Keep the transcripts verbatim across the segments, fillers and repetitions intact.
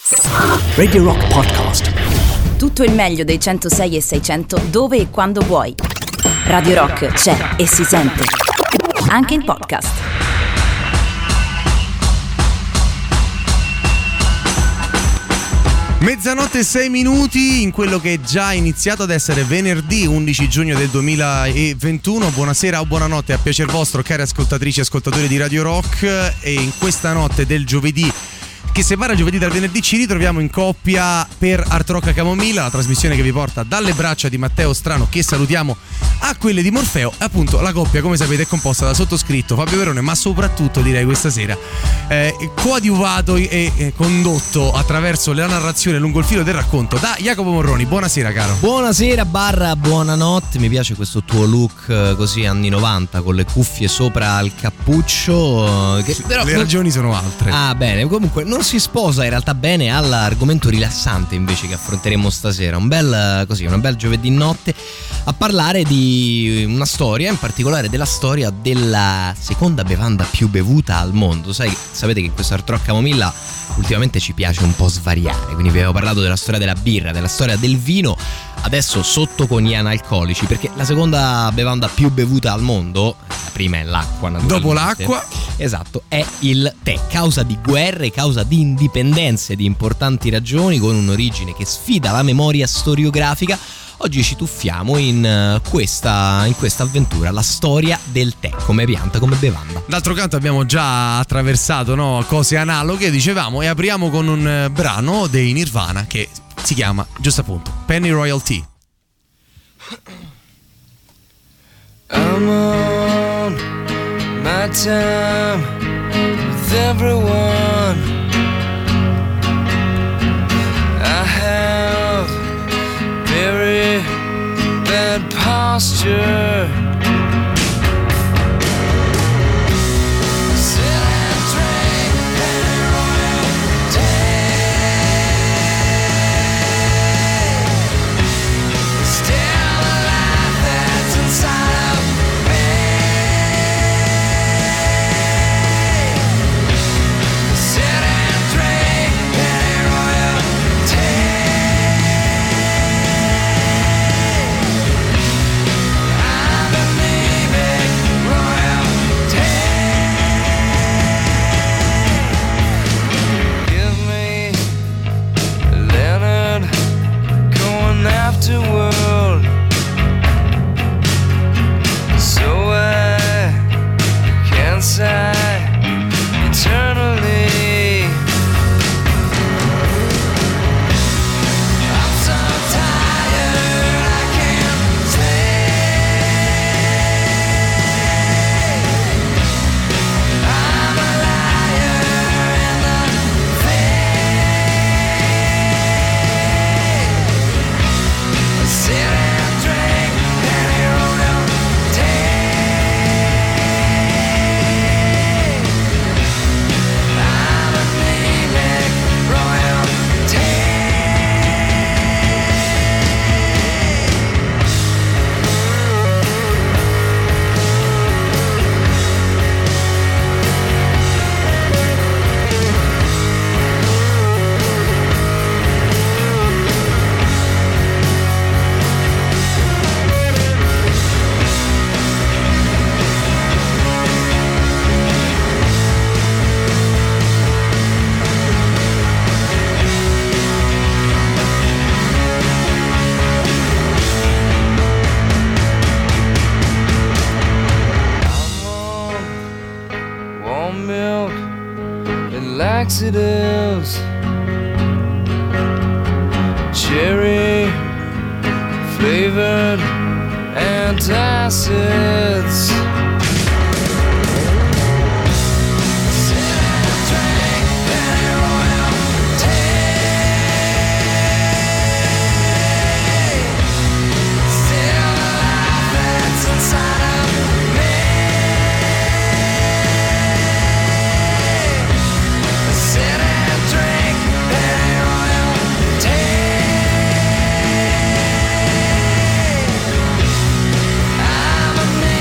Radio Rock Podcast. Tutto il meglio dei centosei e seicento dove e quando vuoi. Radio Rock c'è e si sente anche in podcast. Mezzanotte e sei minuti in quello che è già iniziato ad essere venerdì undici giugno del duemilaventuno. Buonasera o buonanotte a piacer vostro, cari ascoltatrici e ascoltatori di Radio Rock. E in questa notte del giovedì, che separa giovedì dal venerdì, ci ritroviamo in coppia per Art Rock a Camomilla, la trasmissione che vi porta dalle braccia di Matteo Strano, che salutiamo, a quelle di Morfeo. E appunto la coppia, come sapete, è composta da sottoscritto Fabio Verone, ma soprattutto direi questa sera eh, coadiuvato e eh, condotto attraverso la narrazione lungo il filo del racconto da Jacopo Morroni. Buonasera caro. Buonasera barra buonanotte, mi piace questo tuo look eh, così anni novanta, con le cuffie sopra il cappuccio, eh, che però le non... ragioni sono altre. Ah bene, comunque non si sposa in realtà bene all'argomento rilassante invece che affronteremo stasera. Un bel così, una bel giovedì notte a parlare di una storia, in particolare della storia della seconda bevanda più bevuta al mondo. Sai, sapete che questo Art Rock Camomilla ultimamente ci piace un po' svariare, quindi vi avevo parlato della storia della birra, della storia del vino, adesso sotto con gli analcolici, perché la seconda bevanda più bevuta al mondo, la prima è l'acqua naturalmente. Dopo l'acqua, esatto, è il tè, causa di guerre, causa di indipendenze di importanti ragioni, con un'origine che sfida la memoria storiografica. Oggi ci tuffiamo in questa, in questa avventura, la storia del tè come pianta, come bevanda. D'altro canto abbiamo già attraversato, no, cose analoghe, dicevamo, e apriamo con un brano dei Nirvana che si chiama, giusto appunto, Penny Royal Tea. I'm on my time with everyone. I have very bad posture. Sit and drink Penny Royal tea. Still the life that's inside of me. Sit and drink Penny Royal tea. Afterworld, so I can sigh eternally. I'm so tired I can't sleep. I'm a liar in the sit and drink Penny Royal tea. I'm anemic Royal laxatives, cherry flavored antacids. I'm a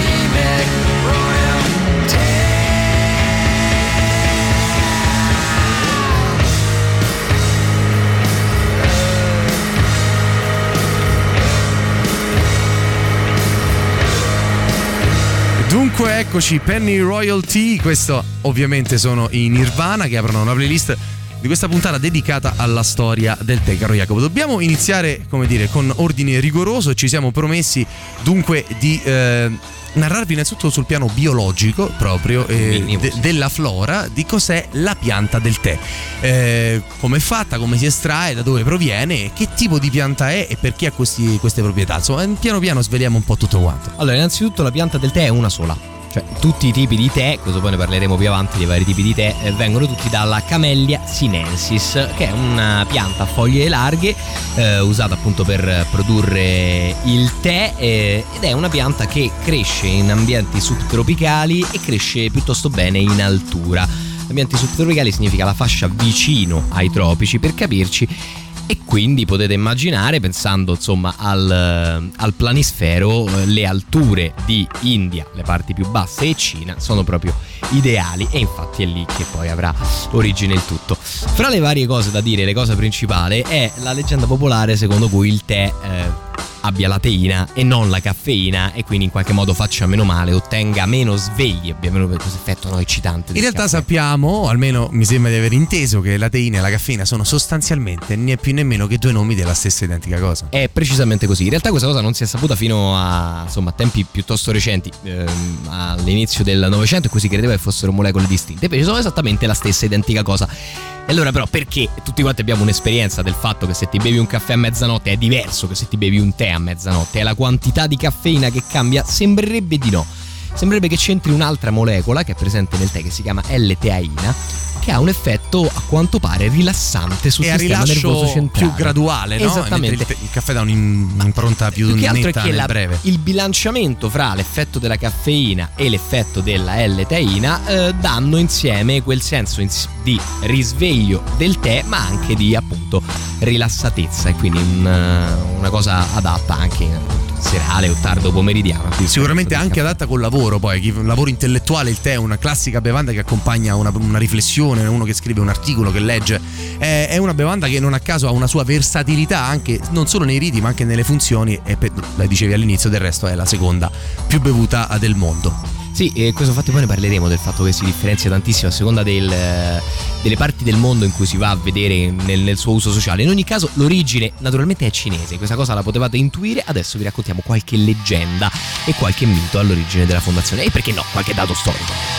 eccoci, Penny Royalty. Questo ovviamente sono i Nirvana che aprono una playlist di questa puntata dedicata alla storia del tè. Caro Jacopo, dobbiamo iniziare, come dire, con ordine rigoroso. Ci siamo promessi dunque di eh, narrarvi innanzitutto sul piano biologico proprio eh, de- della flora di cos'è la pianta del tè, eh, come è fatta, come si estrae, da dove proviene, che tipo di pianta è e perché ha questi, queste proprietà. Insomma, piano piano sveliamo un po' tutto quanto. Allora, innanzitutto la pianta del tè è una sola. Cioè, tutti i tipi di tè, questo poi ne parleremo più avanti dei vari tipi di tè, eh, vengono tutti dalla Camellia sinensis, che è una pianta a foglie larghe eh, usata appunto per produrre il tè eh, ed è una pianta che cresce in ambienti subtropicali e cresce piuttosto bene in altura. Ambienti subtropicali significa la fascia vicino ai tropici, per capirci. E quindi potete immaginare, pensando insomma al, al planisfero, le alture di India, le parti più basse, e Cina sono proprio ideali, e infatti è lì che poi avrà origine il tutto. Fra le varie cose da dire, le cose principali è la leggenda popolare secondo cui il tè eh, abbia la teina e non la caffeina, e quindi in qualche modo faccia meno male, ottenga meno svegli, abbia meno questo effetto no, eccitante. In realtà caffè. sappiamo, o almeno mi sembra di aver inteso, che la teina e la caffeina sono sostanzialmente né più nemmeno che due nomi della stessa identica cosa. È precisamente così. In realtà questa cosa non si è saputa fino a insomma a tempi piuttosto recenti, ehm, all'inizio del Novecento, in cui si credeva che fossero molecole distinte, invece sono esattamente la stessa identica cosa. E allora però perché tutti quanti abbiamo un'esperienza del fatto che se ti bevi un caffè a mezzanotte è diverso che se ti bevi un tè a mezzanotte? È la quantità di caffeina che cambia? Sembrerebbe di no. Sembrerebbe che c'entri un'altra molecola che è presente nel tè, che si chiama L-teaina, che ha un effetto a quanto pare rilassante sul e sistema nervoso centrale, più graduale, no? Esattamente. Il, il caffè dà un'impronta più, più che altro netta è che nel la, breve. il bilanciamento fra l'effetto della caffeina e l'effetto della L-teina eh, danno insieme quel senso ins- di risveglio del tè, ma anche di appunto rilassatezza, e quindi una, una cosa adatta anche appunto serale o tardo pomeridiano. Sicuramente anche adatta col lavoro, poi chi lavoro intellettuale. Il tè è una classica bevanda che accompagna una, una riflessione, uno che scrive un articolo, che legge. È, è una bevanda che non a caso ha una sua versatilità anche non solo nei riti ma anche nelle funzioni, e per, la dicevi all'inizio, del resto è la seconda più bevuta del mondo. Sì, e questo fatto poi ne parleremo, del fatto che si differenzia tantissimo a seconda del, delle parti del mondo in cui si va a vedere nel, nel suo uso sociale. In ogni caso l'origine naturalmente è cinese, questa cosa la potevate intuire. Adesso vi raccontiamo qualche leggenda e qualche mito all'origine della fondazione, e perché no, qualche dato storico.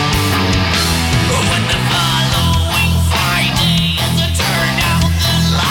When the following Friday, as I turned out the light.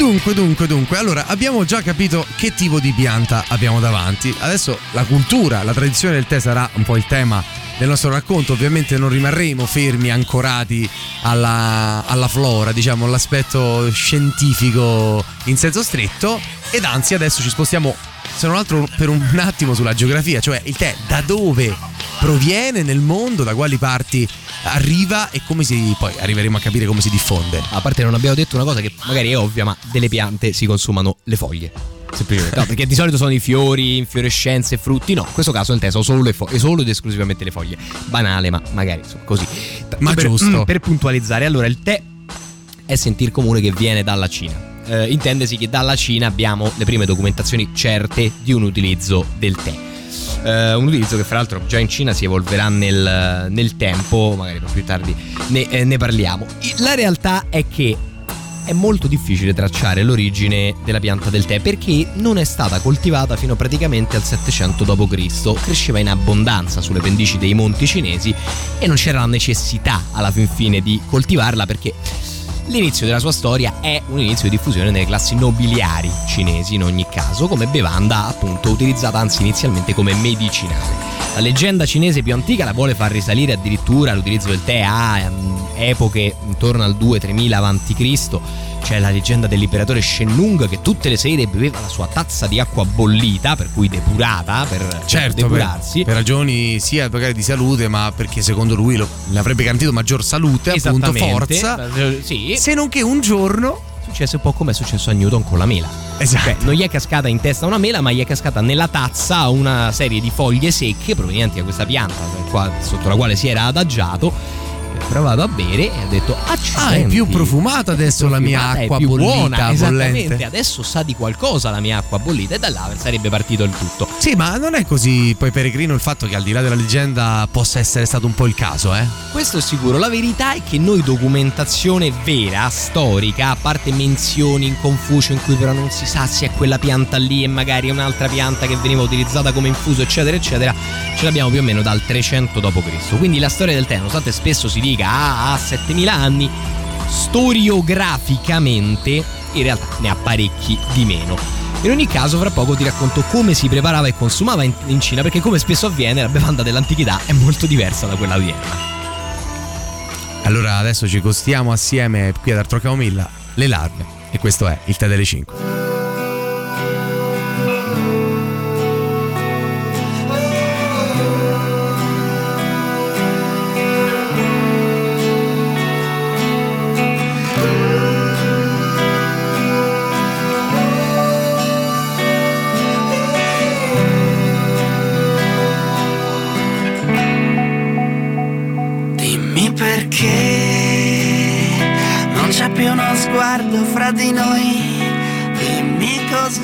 Dunque, dunque, dunque, allora abbiamo già capito che tipo di pianta abbiamo davanti. Adesso la cultura, la tradizione del tè sarà un po' il tema del nostro racconto. Ovviamente non rimarremo fermi, ancorati alla, alla flora, diciamo, all'aspetto scientifico in senso stretto. Ed anzi adesso ci spostiamo, se non altro per un attimo, sulla geografia. Cioè il tè da dove proviene nel mondo, da quali parti arriva e come si, poi arriveremo a capire come si diffonde. A parte non abbiamo detto una cosa che magari è ovvia, ma delle piante si consumano le foglie. Semplicemente. No, perché di solito sono i fiori, infiorescenze, frutti. No, in questo caso nel tè sono solo le foglie, solo ed esclusivamente le foglie. Banale, ma magari insomma, così. Ma per, giusto. mm, per puntualizzare, allora il tè è sentir comune che viene dalla Cina. Eh, intendesi che dalla Cina abbiamo le prime documentazioni certe di un utilizzo del tè. Uh, un utilizzo che fra l'altro già in Cina si evolverà nel, nel tempo, magari più tardi ne, eh, ne parliamo. La realtà è che è molto difficile tracciare l'origine della pianta del tè perché non è stata coltivata fino praticamente al settecento dopo Cristo. Cresceva in abbondanza sulle pendici dei monti cinesi e non c'era la necessità alla fin fine di coltivarla perché l'inizio della sua storia è un inizio di diffusione nelle classi nobiliari cinesi, in ogni caso, come bevanda appunto utilizzata anzi inizialmente come medicinale. La leggenda cinese più antica la vuole far risalire addirittura all'utilizzo del tè a um, epoche intorno al due-tremila avanti Cristo. C'è la leggenda dell'imperatore Shennong che tutte le sere beveva la sua tazza di acqua bollita, per cui depurata, per, certo, per depurarsi. Per, per ragioni sia magari di salute, ma perché secondo lui lo, le avrebbe garantito maggior salute, appunto, forza. Sì. Se non che un giorno successe un po' come è successo a Newton con la mela. Esatto. Cioè, non gli è cascata in testa una mela, ma gli è cascata nella tazza una serie di foglie secche provenienti da questa pianta sotto la quale si era adagiato. Ha provato a bere e ha detto: ah, è più profumata adesso la mia acqua più bollita, buona, esattamente, bollente. Adesso sa di qualcosa la mia acqua bollita, e da là sarebbe partito il tutto. Sì, ma non è così poi peregrino il fatto che al di là della leggenda possa essere stato un po' il caso, eh? Questo è sicuro. La verità è che noi documentazione vera, storica, a parte menzioni in Confucio in cui però non si sa se è quella pianta lì e magari è un'altra pianta che veniva utilizzata come infuso, eccetera eccetera, ce l'abbiamo più o meno dal trecento dopo Cristo. Quindi la storia del tè, nonostante spesso si dica ah, ha settemila anni, storiograficamente in realtà ne ha parecchi di meno. In ogni caso, fra poco ti racconto come si preparava e consumava in, in Cina, perché come spesso avviene la bevanda dell'antichità è molto diversa da quella odierna. Allora adesso ci costiamo assieme qui ad Art Rock Camomilla le larve, e questo è il tè delle cinque. Sguardo fra di noi, dimmi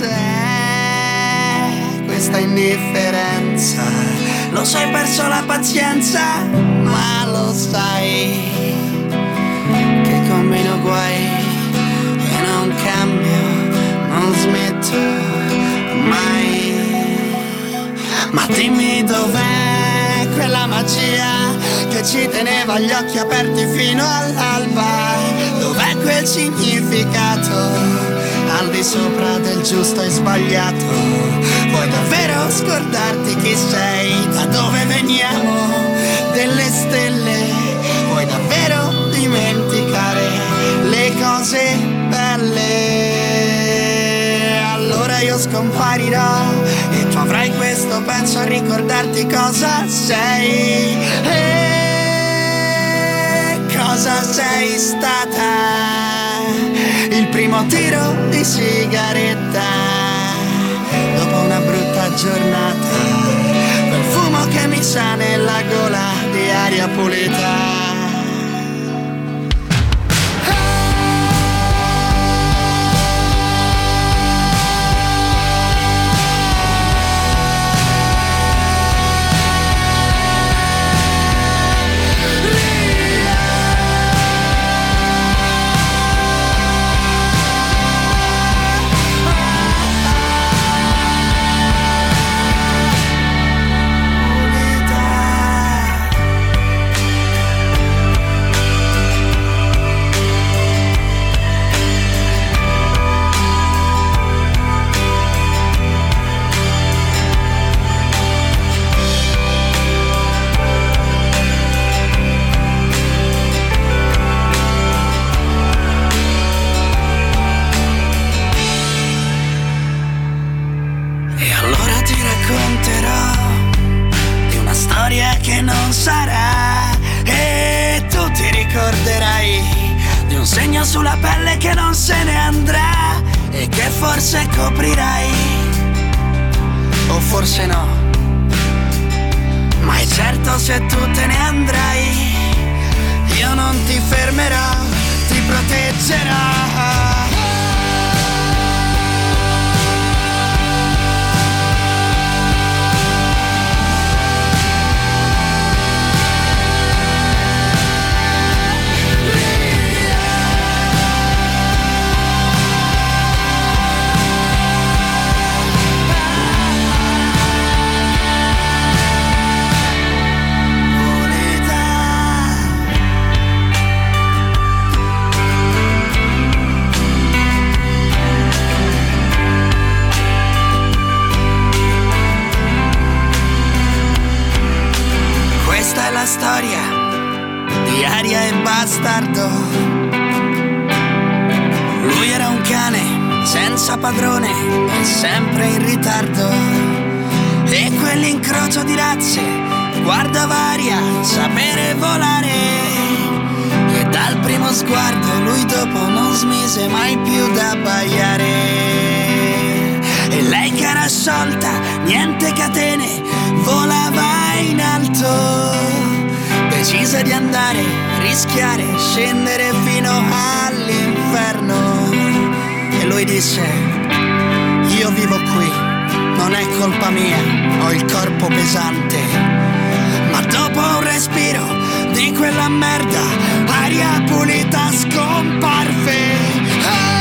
cos'è questa indifferenza. Lo so, hai perso la pazienza, ma lo sai che combino guai e non cambio, non smetto mai. Ma dimmi dov'è quella magia che ci teneva gli occhi aperti fino all'alba. Dov'è quel significato al di sopra del giusto e sbagliato? Vuoi davvero scordarti chi sei, da dove veniamo, delle stelle? Vuoi davvero dimenticare le cose belle? Allora io scomparirò e tu avrai questo, penso a ricordarti cosa sei. E cosa sei stata? Il primo tiro di sigaretta dopo una brutta giornata, quel fumo che mi sa nella gola di aria pulita. che non se ne andrà e che forse coprirai, o forse no, ma è certo se tu te ne andrai, io non ti fermerò, ti proteggerò. La storia di Aria e Bastardo. Lui era un cane senza padrone e sempre in ritardo, e quell'incrocio di razze guardava Aria sapere volare, e dal primo sguardo lui dopo non smise mai più da abbaiare. E lei che era sciolta, niente catene, volava in alto, decise di andare, rischiare, scendere fino all'inferno. E lui disse: io vivo qui, non è colpa mia, ho il corpo pesante. Ma dopo un respiro di quella merda, aria pulita scomparve. Ah!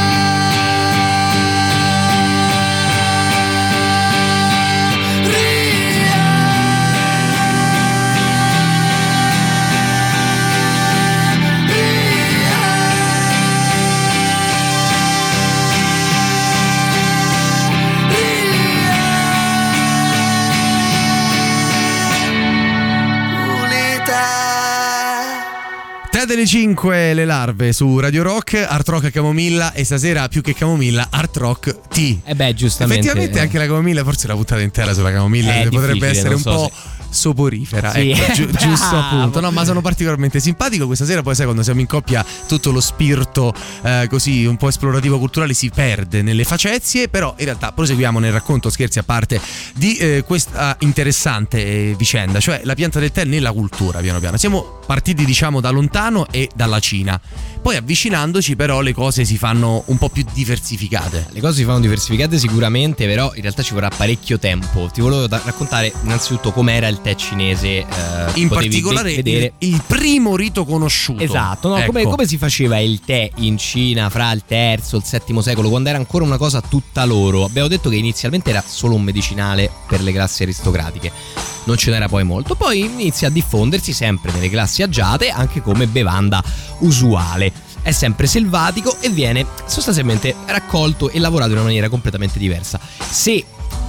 Delle cinque le larve su Radio Rock, Art Rock e Camomilla, e stasera più che Camomilla Art Rock Tea. Eh beh, giustamente. Effettivamente eh. anche la Camomilla, forse la puntata intera sulla Camomilla, È potrebbe essere un so po' se... soporifera, sì. ecco, gi- giusto appunto. No, ma sono particolarmente simpatico questa sera. Poi sai, quando siamo in coppia tutto lo spirito eh, così un po' esplorativo culturale si perde nelle facezie. Però in realtà proseguiamo nel racconto, scherzi a parte, di eh, questa interessante vicenda, cioè la pianta del tè nella cultura. Piano piano siamo partiti, diciamo, da lontano e dalla Cina, poi avvicinandoci però le cose si fanno un po' più diversificate. Le cose si fanno diversificate sicuramente, però in realtà ci vorrà parecchio tempo. Ti volevo da- raccontare innanzitutto com'era il tè cinese, eh, in particolare vedere. Il, il primo rito conosciuto. Esatto, no? Ecco. come, come si faceva il tè in Cina fra il terzo e il settimo secolo, quando era ancora una cosa tutta loro. Abbiamo detto che inizialmente era solo un medicinale per le classi aristocratiche, non ce n'era poi molto, poi inizia a diffondersi sempre nelle classi agiate anche come bevanda usuale. È sempre selvatico e viene sostanzialmente raccolto e lavorato in una maniera completamente diversa. Se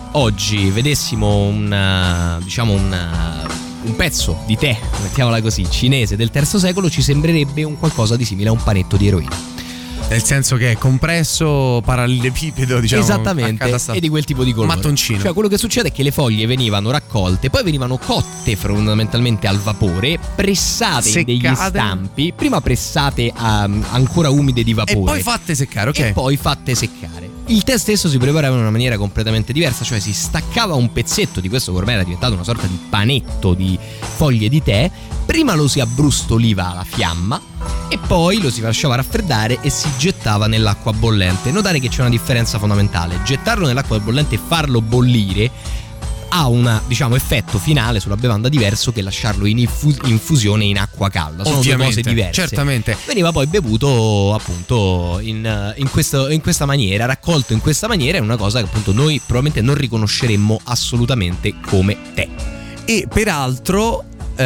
oggi vedessimo un, diciamo un, un pezzo di tè, mettiamola così, cinese del terzo secolo, ci sembrerebbe un qualcosa di simile a un panetto di eroina. Nel senso che è compresso, parallelepipedo, diciamo. Esattamente, e di quel tipo di colore. Mattoncino. Cioè quello che succede è che le foglie venivano raccolte, poi venivano cotte fondamentalmente al vapore, pressate Seccate. in degli stampi, prima pressate um, ancora umide di vapore. E poi fatte seccare, ok. E poi fatte seccare. Il tè stesso si preparava in una maniera completamente diversa, cioè si staccava un pezzetto di questo che ormai era diventato una sorta di panetto di foglie di tè, prima lo si abbrustoliva alla fiamma e poi lo si lasciava raffreddare e si gettava nell'acqua bollente. Notare che c'è una differenza fondamentale: gettarlo nell'acqua bollente e farlo bollire ha un, diciamo, effetto finale sulla bevanda diverso che lasciarlo in infu- infusione in acqua calda. Sono Ovviamente, due cose diverse. certamente. Veniva poi bevuto appunto in, in, questo, in questa maniera, raccolto in questa maniera. È una cosa che appunto noi probabilmente non riconosceremmo assolutamente come tè. E peraltro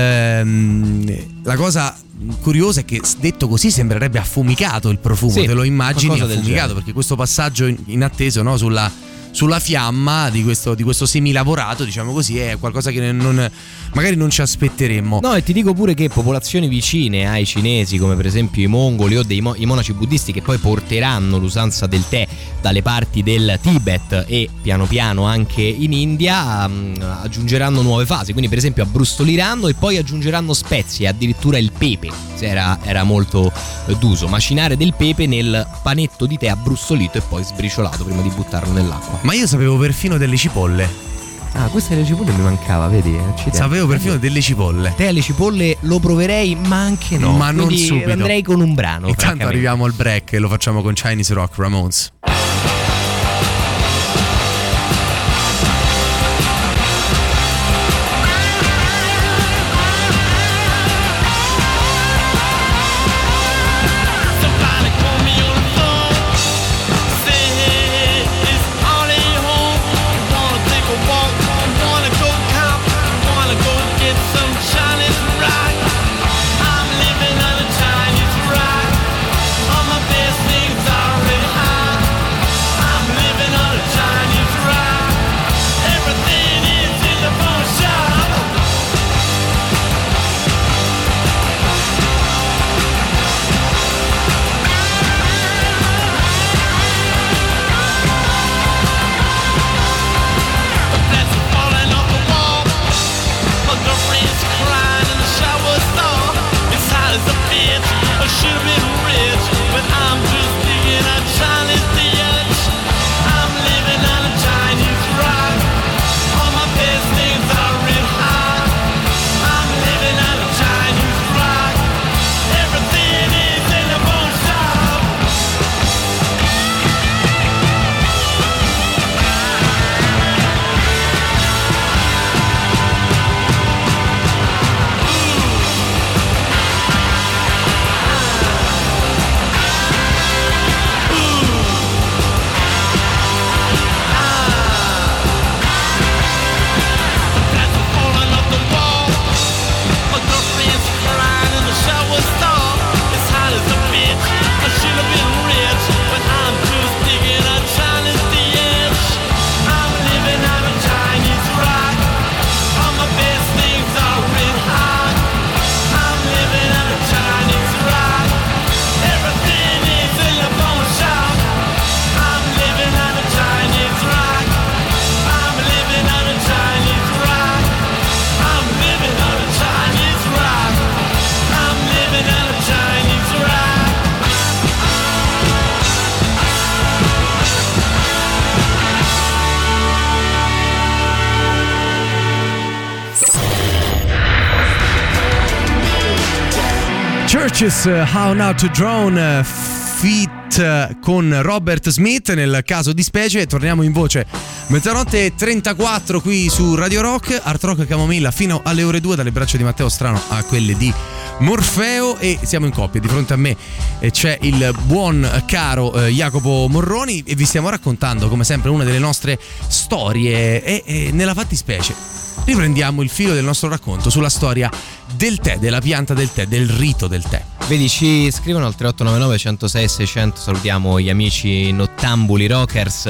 ehm, la cosa curiosa è che detto così sembrerebbe affumicato il profumo, sì, te lo immagini qualcosa del affumicato, genere. perché questo passaggio inatteso, no, sulla sulla fiamma di questo, di questo semilavorato, diciamo così, è qualcosa che non, magari non ci aspetteremmo. No, e ti dico pure che popolazioni vicine ai cinesi, come per esempio i mongoli o dei mo- i monaci buddisti, che poi porteranno l'usanza del tè dalle parti del Tibet e piano piano anche in India, um, aggiungeranno nuove fasi. Quindi per esempio abbrustoliranno e poi aggiungeranno spezie, addirittura il pepe era, era molto eh, d'uso, macinare del pepe nel panetto di tè abbrustolito e poi sbriciolato prima di buttarlo nell'acqua. Ma io sapevo perfino delle cipolle. Ah, questa delle cipolle mi mancava, vedi? Accidenti. Sapevo perfino delle cipolle. Te alle cipolle lo proverei, ma anche no. Ma non Quindi subito. Andrei con un brano. Intanto arriviamo al break e lo facciamo con Chinese Rock, Ramones. Churches, How Now to Drone, feat con Robert Smith nel caso di specie. Torniamo in voce mezzanotte e trentaquattro qui su Radio Rock, Art Rock Camomilla fino alle ore due, dalle braccia di Matteo Strano a quelle di Morfeo, e siamo in coppia. Di fronte a me c'è il buon caro eh, Jacopo Morroni e vi stiamo raccontando come sempre una delle nostre storie, e, e nella fattispecie riprendiamo il filo del nostro racconto sulla storia del tè, della pianta del tè, del rito del tè. Vedi, ci scrivono al tre otto nove nove, centosei, seicento. Salutiamo gli amici nottambuli rockers,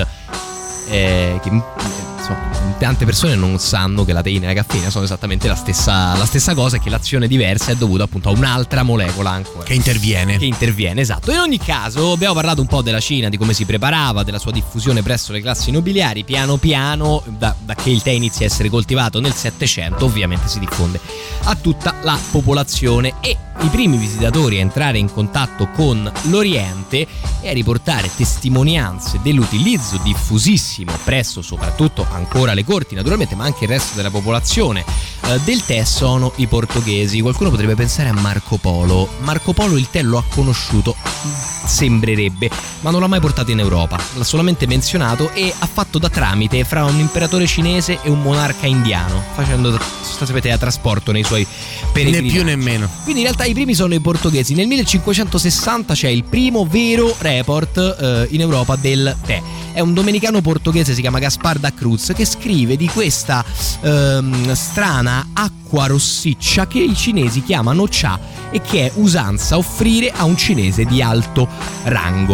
eh, che insomma, tante persone non sanno che la teina e la caffeina sono esattamente la stessa, la stessa cosa, e che l'azione diversa è dovuta appunto a un'altra molecola ancora che interviene. Che interviene, esatto. In ogni caso abbiamo parlato un po' della Cina, di come si preparava, della sua diffusione presso le classi nobiliari. Piano piano, da, da che il tè inizia a essere coltivato nel Settecento, ovviamente si diffonde a tutta la popolazione, e i primi visitatori a entrare in contatto con l'Oriente e a riportare testimonianze dell'utilizzo diffusissimo presso soprattutto ancora le corti, naturalmente, ma anche il resto della popolazione eh, del tè sono i portoghesi. Qualcuno potrebbe pensare a Marco Polo. Marco Polo il tè lo ha conosciuto, sembrerebbe, ma non l'ha mai portato in Europa, l'ha solamente menzionato e ha fatto da tramite fra un imperatore cinese e un monarca indiano, facendo sapete da trasporto nei suoi peregrinaggi. Né più né meno. Quindi in realtà i primi sono i portoghesi. Nel millecinquecentosessanta c'è il primo vero report eh, in Europa del tè. È un domenicano portoghese, si chiama Gaspar da Cruz, che scrive di questa ehm, strana acqua rossiccia che i cinesi chiamano cha e che è usanza offrire a un cinese di alto rango.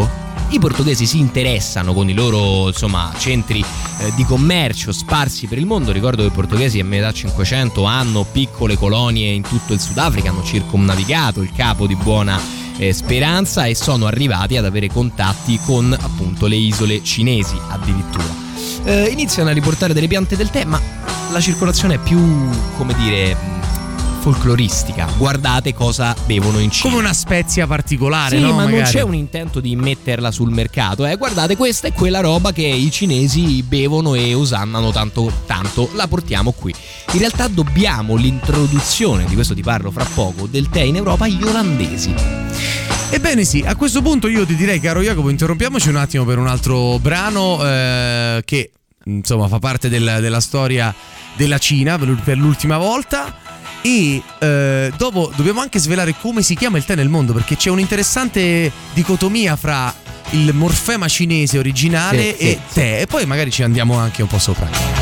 I portoghesi si interessano con i loro insomma centri eh, di commercio sparsi per il mondo. Ricordo che i portoghesi a metà cinquecento hanno piccole colonie in tutto il Sudafrica, hanno circumnavigato il Capo di Buona eh, Speranza e sono arrivati ad avere contatti con appunto le isole cinesi addirittura. Eh, iniziano a riportare delle piante del tè, ma la circolazione è più, come dire, folcloristica. Guardate cosa bevono in Cina. Come una spezia particolare, sì, no? ma Magari. non c'è un intento di metterla sul mercato, eh. Guardate, questa è quella roba che i cinesi bevono e osannano tanto tanto, la portiamo qui. In realtà dobbiamo l'introduzione, di questo ti parlo fra poco, del tè in Europa agli olandesi. Ebbene sì, a questo punto io ti direi, caro Jacopo, interrompiamoci un attimo per un altro brano eh, che insomma fa parte del, della storia della Cina per l'ultima volta. E eh, dopo dobbiamo anche svelare come si chiama il tè nel mondo, perché c'è un'interessante dicotomia fra il morfema cinese originale sì, e sì, tè sì. E poi magari ci andiamo anche un po' sopra.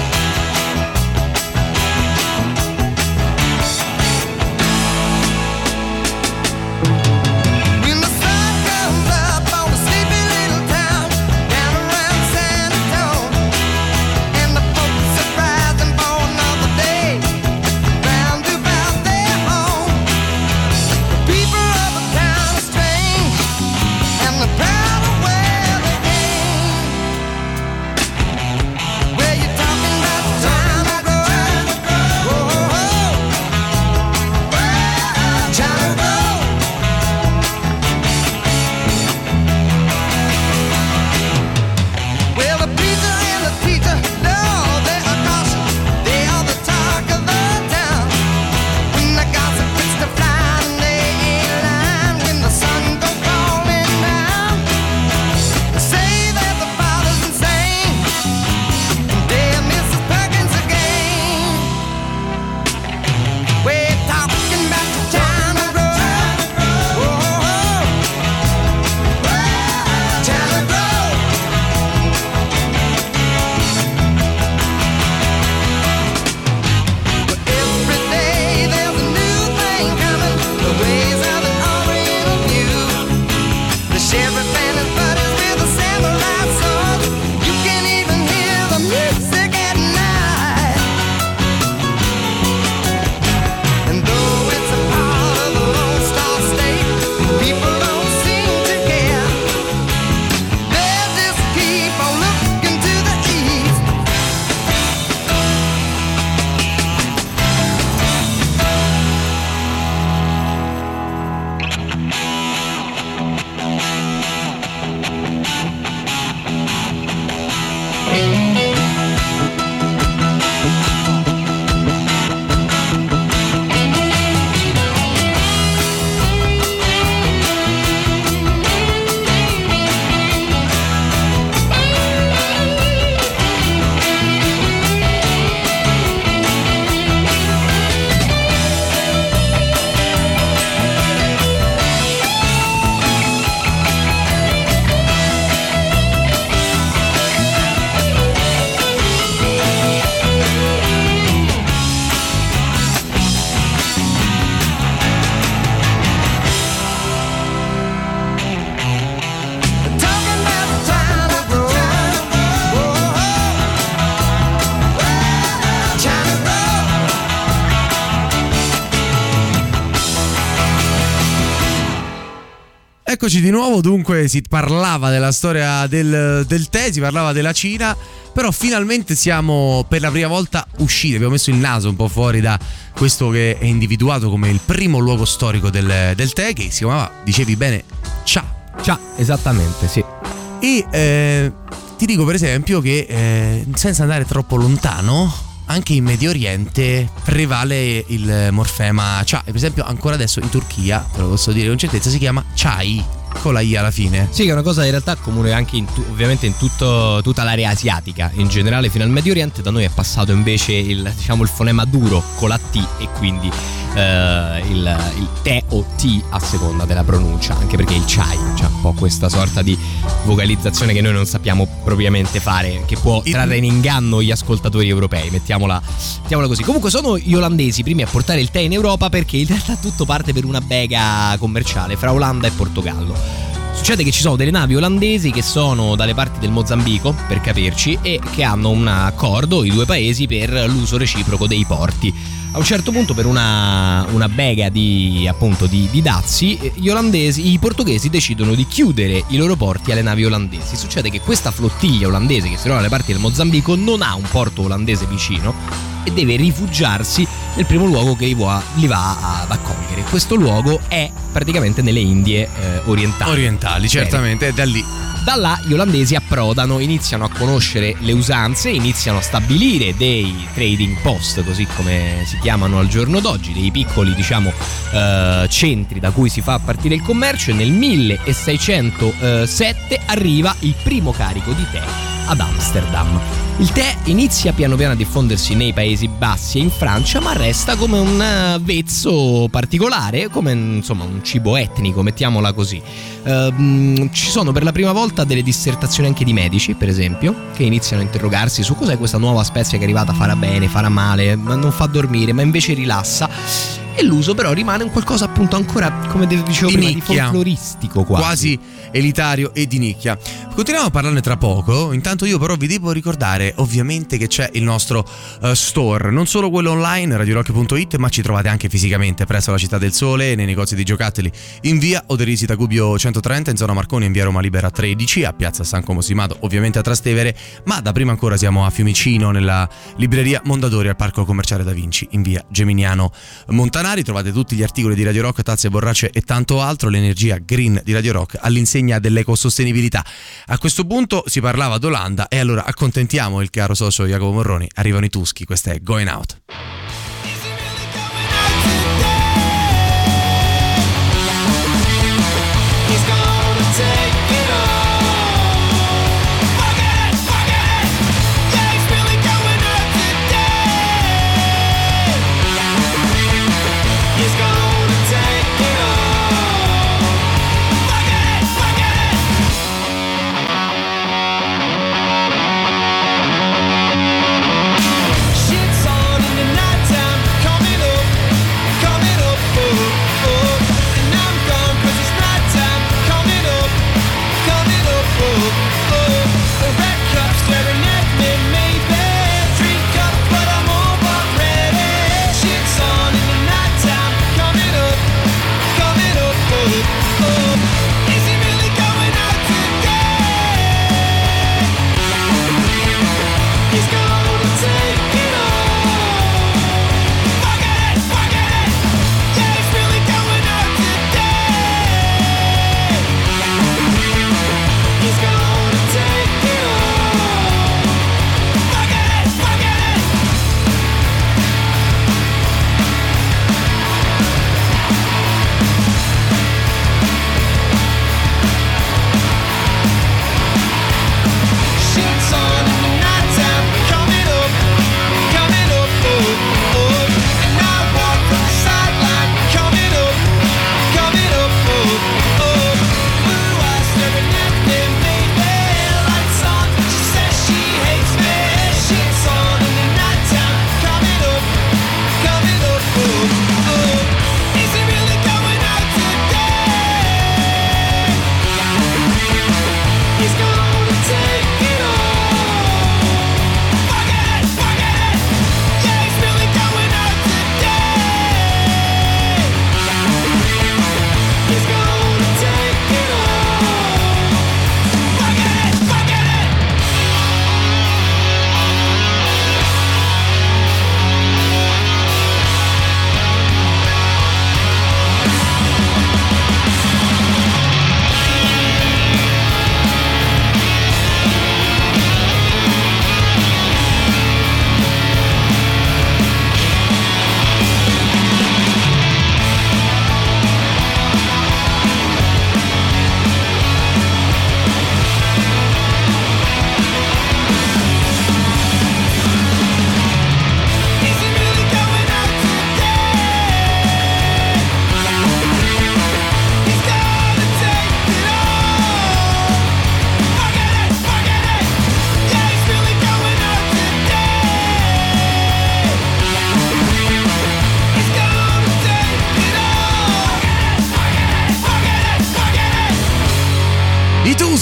Eccoci di nuovo. Dunque si parlava della storia del, del tè, si parlava della Cina, però finalmente siamo per la prima volta usciti, abbiamo messo il naso un po' fuori da questo che è individuato come il primo luogo storico del, del tè, che si chiamava, dicevi bene, Cha. Cha, esattamente, sì. E eh, ti dico per esempio che eh, senza andare troppo lontano, anche in Medio Oriente prevale il morfema Cha. Per esempio ancora adesso in Turchia, te lo posso dire con certezza, si chiama Chai con la I alla fine. Sì, che è una cosa in realtà comune anche in tu, ovviamente in tutto, tutta l'area asiatica in generale fino al Medio Oriente. Da noi è passato invece il, diciamo, il fonema duro con la T e quindi eh, il, il tè o T a seconda della pronuncia, anche perché il chai c'è un po' questa sorta di vocalizzazione che noi non sappiamo propriamente fare, che può trarre in inganno gli ascoltatori europei, mettiamola, mettiamola così. Comunque sono gli olandesi i primi a portare il tè in Europa, perché in realtà tutto parte per una bega commerciale fra Olanda e Portogallo. Succede che ci sono delle navi olandesi che sono dalle parti del Mozambico, per capirci, e che hanno un accordo, i due paesi, per l'uso reciproco dei porti. A un certo punto, per una, una bega di, appunto, di, di dazi, gli olandesi, i portoghesi decidono di chiudere i loro porti alle navi olandesi. Succede che questa flottiglia olandese che si trova dalle parti del Mozambico non ha un porto olandese vicino e deve rifugiarsi nel primo luogo che li va, li va ad accogliere. Questo luogo è praticamente nelle Indie eh, orientali. Orientali, certamente, è da lì. Da là gli olandesi approdano, iniziano a conoscere le usanze, iniziano a stabilire dei trading post, così come si chiamano al giorno d'oggi, dei piccoli, diciamo, eh, centri da cui si fa partire il commercio, e nel milleseicentosette arriva il primo carico di tè ad Amsterdam. Il tè inizia piano piano a diffondersi nei Paesi Bassi e in Francia, ma resta come un vezzo particolare, come insomma un cibo etnico, mettiamola così. Uh, ci sono per la prima volta delle dissertazioni anche di medici, per esempio, che iniziano a interrogarsi su cos'è questa nuova spezia che è arrivata, farà bene, farà male, ma non fa dormire, ma invece rilassa. E l'uso però rimane un qualcosa, appunto, ancora, come dicevo di prima, nicchia, di folcloristico quasi. quasi elitario e di nicchia. Continuiamo a parlarne tra poco. Intanto io però vi devo ricordare ovviamente che c'è il nostro uh, store, non solo quello online, radio rock punto it, ma ci trovate anche fisicamente presso la Città del Sole, nei negozi di giocattoli in via Oderisi Tagubio centotrenta, in zona Marconi, in via Roma Libera tredici, a piazza San Comosimato, ovviamente a Trastevere, ma da prima ancora siamo a Fiumicino, nella libreria Mondadori al Parco Commerciale Da Vinci, in via Geminiano Montanari. Trovate tutti gli articoli di Radio Rock, tazze, borracce e tanto altro, l'energia green di Radio Rock all'insegna dell'ecosostenibilità. A questo punto si parlava d'Olanda e allora accontentiamo il caro socio Jacopo Morroni, arrivano i Tuschi, questa è Going Out. Shit's on in the nighttime.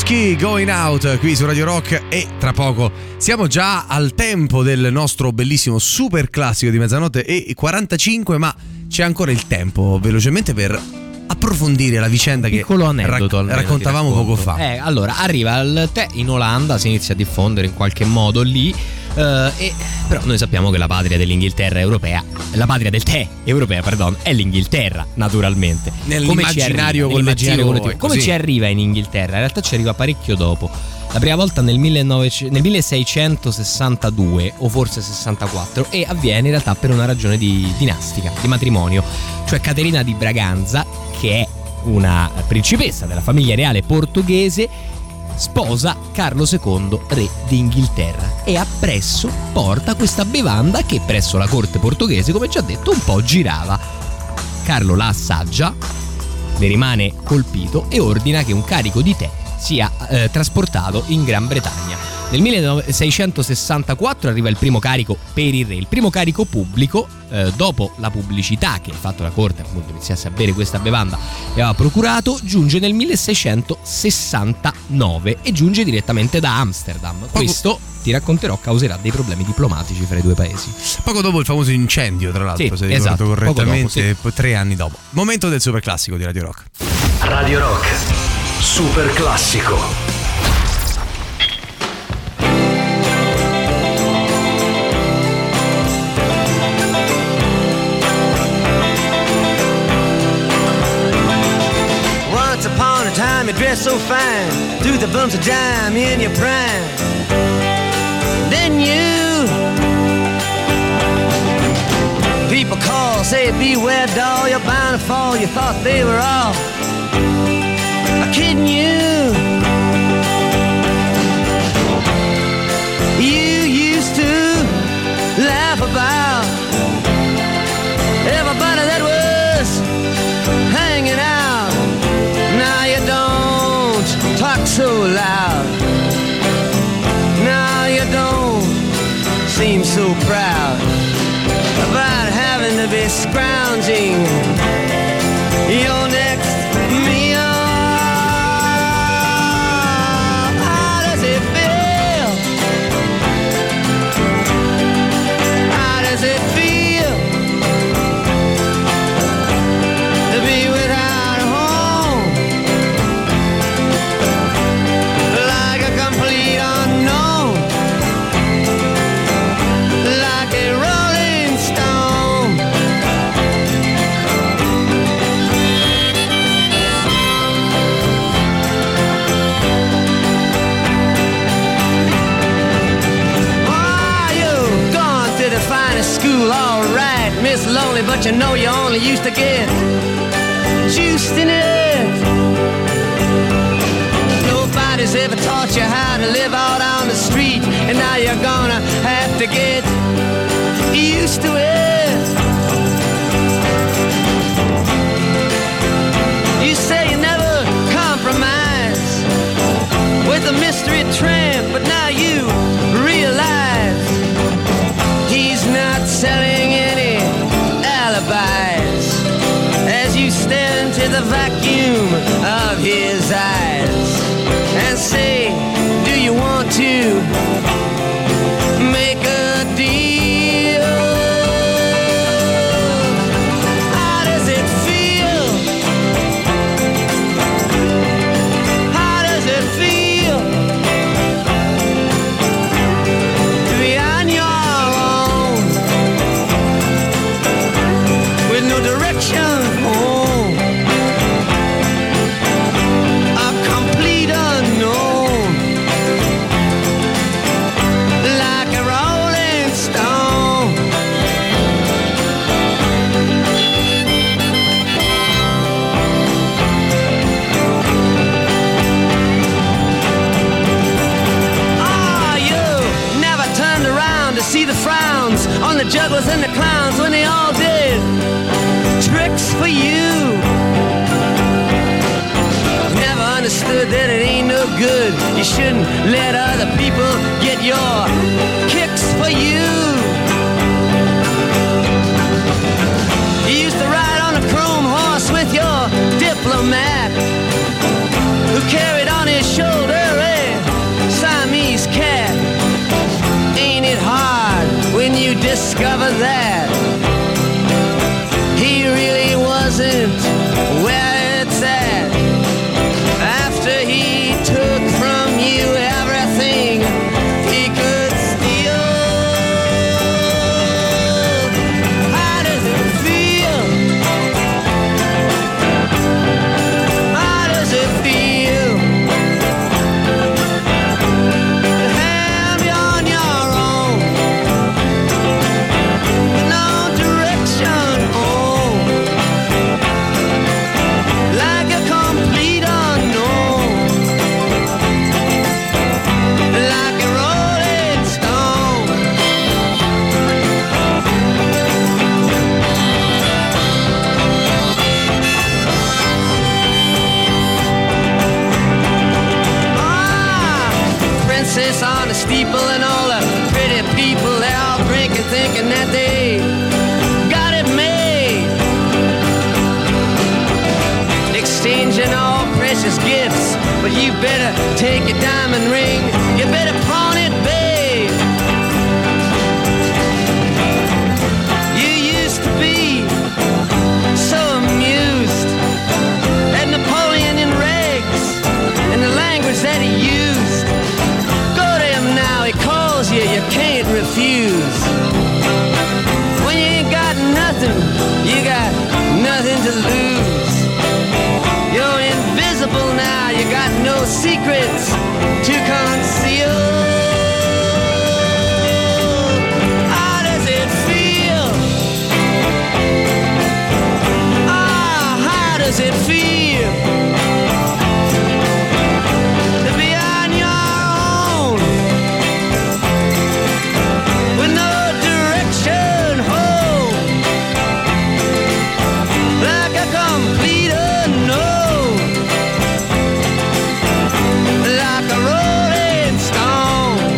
Ski Going Out qui su Radio Rock, e tra poco siamo già al tempo del nostro bellissimo super classico di mezzanotte e quarantacinque, ma c'è ancora il tempo velocemente per approfondire la vicenda che rac- raccontavamo poco fa. Eh, allora, arriva il tè in Olanda, si inizia a diffondere in qualche modo lì. Uh, e, però noi sappiamo che la patria dell'Inghilterra europea, la patria del tè europea, perdon, è l'Inghilterra, naturalmente. Nell'immaginario collettivo, collettivo. Come ci arriva in Inghilterra? In realtà ci arriva parecchio dopo. La prima volta nel, millenovecento, nel milleseicentosessantadue o forse sessantaquattro, e avviene in realtà per una ragione di dinastica, di matrimonio. Cioè Caterina di Braganza, che è una principessa della famiglia reale portoghese, sposa Carlo secondo, re d'Inghilterra, e appresso porta questa bevanda che presso la corte portoghese, come già detto, un po' girava. Carlo la assaggia, ne rimane colpito e ordina che un carico di tè sia eh, trasportato in Gran Bretagna. Nel milleseicentosessantaquattro arriva il primo carico per il re, il primo carico pubblico, eh, dopo la pubblicità che ha fatto la corte, appunto, iniziasse a bere questa bevanda e aveva procurato, giunge nel milleseicentosessantanove e giunge direttamente da Amsterdam. Poco... Questo, ti racconterò, causerà dei problemi diplomatici fra i due paesi. Poco dopo il famoso incendio, tra l'altro, sì, se esatto, ricordo correttamente, dopo, sì. tre anni dopo. Momento del super classico di Radio Rock. Radio Rock, super classico. Once upon a time you dressed so fine, threw the bumps of dime in your prime. Then you, people call, say beware doll, you're bound to fall. You thought they were all kidding you. You used to laugh about everybody that was hanging out. Now you don't talk so loud. Now you don't seem so proud about having to be scrounging your next meal. How does it feel? How does it feel to be without a home? Like a complete unknown, like a rolling stone. Oh, you've gone to the finest school, all right, Miss Lonely, but you know you only used to get juiced in it. Nobody's ever taught you how to live out on the street, and now you're gonna have to get used to it. You say you never compromise with a mystery tramp, but now you realize he's not selling any alibis as you stare into the vacuum of his eyes and say, do you want to make a deal? How does it feel? How does it feel to be on your own with no direction home? A complete unknown, like a rolling stone. Ah, you never turned around to see the frowns on the jugglers and the clowns when they all did tricks for you. Never understood that it ain't no good. You shouldn't let other people get your kicks for you. You used to ride on a chrome horse with your diplomat, who carried on his shoulder for that. He really wasn't where it's at. After he took from you everything he could steal. How does it feel? How does it feel to have you on your own, no direction home, like a complete unknown, like a rolling stone? Ah, princess on a steeple and all the pretty people, they're all drinking, thinking that they got it made, exchanging all precious gifts. But you better take your diamond ring, you better pawn it, babe. You used to be so amused at Napoleon and Regs and the language that he used. Go to him now, he calls you, you can't refuse. When you ain't got nothing, you got nothing to lose. You're invisible now, you got no secrets to conceal. How does it feel? Ah, how does it feel to be on your own with no direction home, like a complete unknown, like a rolling stone?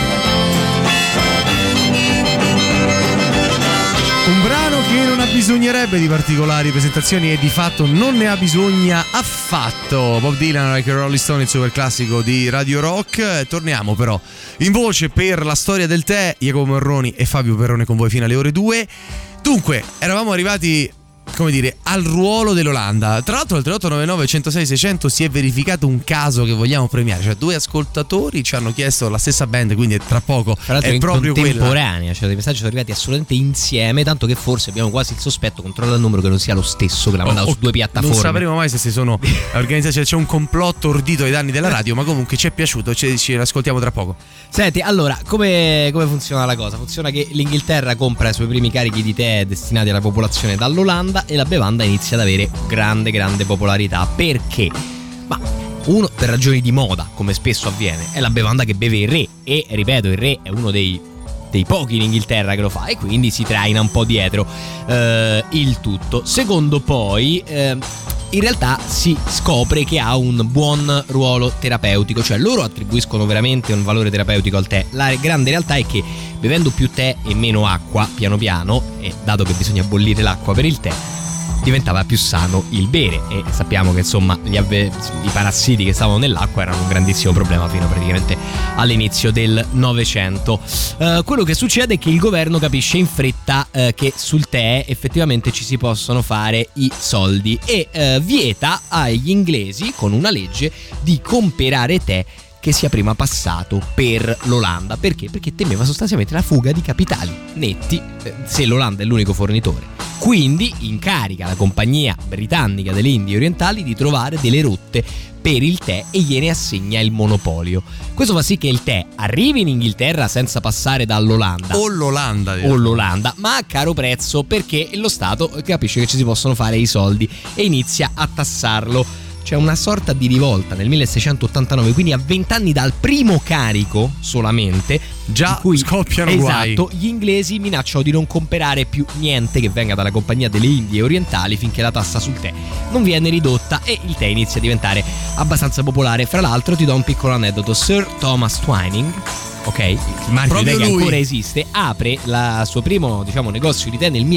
Un brano che non abbisognerebbe di particolari presentazioni e di fatto non ne ha bisogna affatto. Bob Dylan, Like a Rolling Stone, il super classico di Radio Rock. Torniamo però in voce per la storia del tè. Jacopo Morroni e Fabio Perrone con voi fino alle ore due. Dunque, eravamo arrivati, come dire, al ruolo dell'Olanda. Tra l'altro al tre otto nove nove uno zero sei sei zero zero si è verificato un caso che vogliamo premiare. Cioè due ascoltatori ci hanno chiesto la stessa band, quindi tra poco Tra l'altro è in proprio quella. contemporanea, cioè dei messaggi sono arrivati assolutamente insieme, tanto che forse abbiamo quasi il sospetto, controlla il numero, che non sia lo stesso che l'ha mandato Oh, su due piattaforme. Non sapremo mai se si sono organizzati, cioè c'è un complotto ordito ai danni della radio, ma comunque ci è piaciuto, ci, ci ascoltiamo tra poco. Senti, allora, come, come funziona la cosa? Funziona che l'Inghilterra compra i suoi primi carichi di tè destinati alla popolazione dall'Olanda e la bevanda inizia ad avere grande grande popolarità. Perché? Ma uno, per ragioni di moda, come spesso avviene, è la bevanda che beve il re, e ripeto, il re è uno dei dei pochi in Inghilterra che lo fa, e quindi si traina un po' dietro eh, il tutto. Secondo, poi eh, in realtà si scopre che ha un buon ruolo terapeutico, cioè loro attribuiscono veramente un valore terapeutico al tè. La grande realtà è che bevendo più tè e meno acqua, piano piano, e dato che bisogna bollire l'acqua per il tè, diventava più sano il bere, e sappiamo che insomma gli avve- i parassiti che stavano nell'acqua erano un grandissimo problema fino praticamente all'inizio del Novecento. Uh, quello che succede è che il governo capisce in fretta uh, che sul tè effettivamente ci si possono fare i soldi, e uh, vieta agli inglesi con una legge di comprare tè che sia prima passato per l'Olanda. Perché? Perché temeva sostanzialmente la fuga di capitali netti eh, se l'Olanda è l'unico fornitore. Quindi incarica la compagnia britannica delle Indie Orientali di trovare delle rotte per il tè e gliene assegna il monopolio. Questo fa sì che il tè arrivi in Inghilterra senza passare dall'Olanda O l'Olanda o l'Olanda, ma a caro prezzo, perché lo Stato capisce che ci si possono fare i soldi e inizia a tassarlo. C'è una sorta di rivolta nel milleseicentottantanove, quindi a vent'anni dal primo carico solamente, già in cui, scoppiano esatto, guai. gli inglesi minacciano di non comprare più niente che venga dalla compagnia delle Indie Orientali finché la tassa sul tè non viene ridotta, e il tè inizia a diventare abbastanza popolare. Fra l'altro ti do un piccolo aneddoto: Sir Thomas Twining, ok, il marchio di tè che ancora esiste, apre il suo primo, diciamo, negozio di tè nel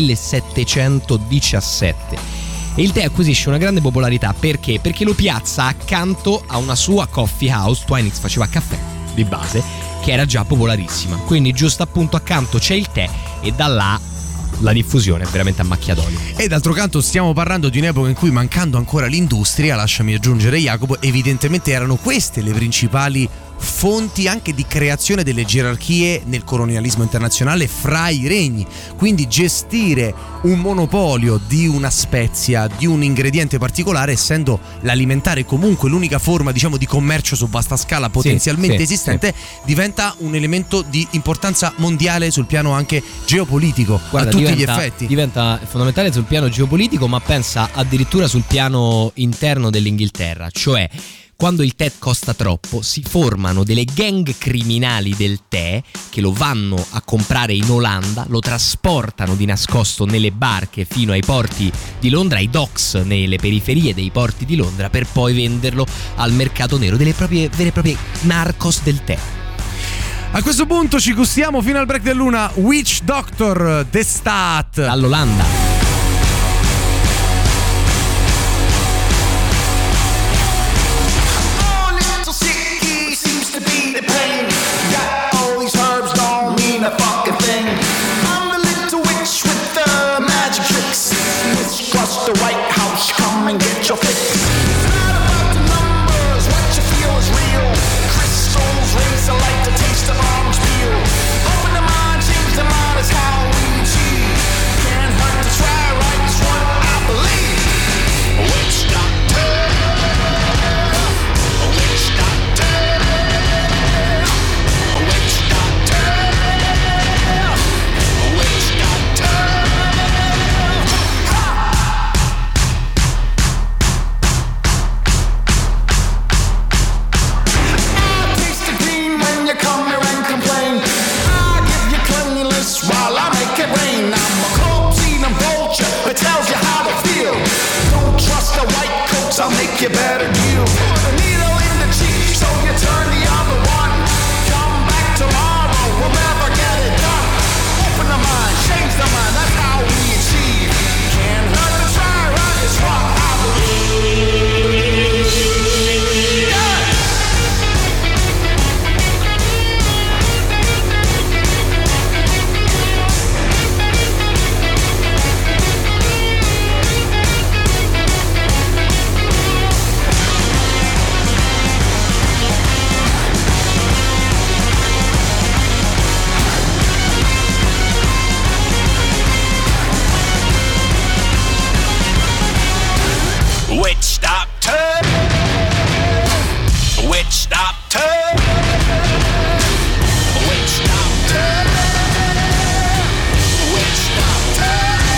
millesettecentodiciassette. E il tè acquisisce una grande popolarità perché? Perché lo piazza accanto a una sua coffee house. Twinings faceva caffè di base, che era già popolarissima. Quindi giusto appunto accanto c'è il tè e da là la diffusione è veramente a macchia d'olio. E d'altro canto stiamo parlando di un'epoca in cui, mancando ancora l'industria, lasciami aggiungere Jacopo, evidentemente erano queste le principali fonti anche di creazione delle gerarchie nel colonialismo internazionale fra i regni. Quindi gestire un monopolio di una spezia, di un ingrediente particolare, essendo l'alimentare comunque l'unica forma, diciamo, di commercio su vasta scala potenzialmente sì, esistente, sì. diventa un elemento di importanza mondiale sul piano anche geopolitico. Guarda, a tutti diventa, gli effetti diventa fondamentale sul piano geopolitico, ma pensa addirittura sul piano interno dell'Inghilterra, cioè quando il tè costa troppo si formano delle gang criminali del tè che lo vanno a comprare in Olanda, lo trasportano di nascosto nelle barche fino ai porti di Londra, ai docks nelle periferie dei porti di Londra, per poi venderlo al mercato nero, delle proprie vere e proprie narcos del tè. A questo punto ci gustiamo fino al break dell'una Witch Doctor d'Estat dall'Olanda. The White House, come and get your fix. It's not about the numbers, what you feel is real. Crystals, razor like the taste of orange peel. Open the mind, change the mind is how we achieve. Can't hurt to try, right is what I believe. A witch doctor, a witch doctor, a witch doctor, a witch doctor. While I make it rain, I'm a cold-eating vulture that tells you how to feel. Don't trust the white coats, I'll make you better deal. Put a needle in the cheek, so you turn the other one. Come back tomorrow, we'll never get it done. Open the mind, change the mind, that's how we achieve. Can't hurt to try, right? It's what I believe. Yeah. Witch doctor, witch doctor, witch doctor, witch doctor.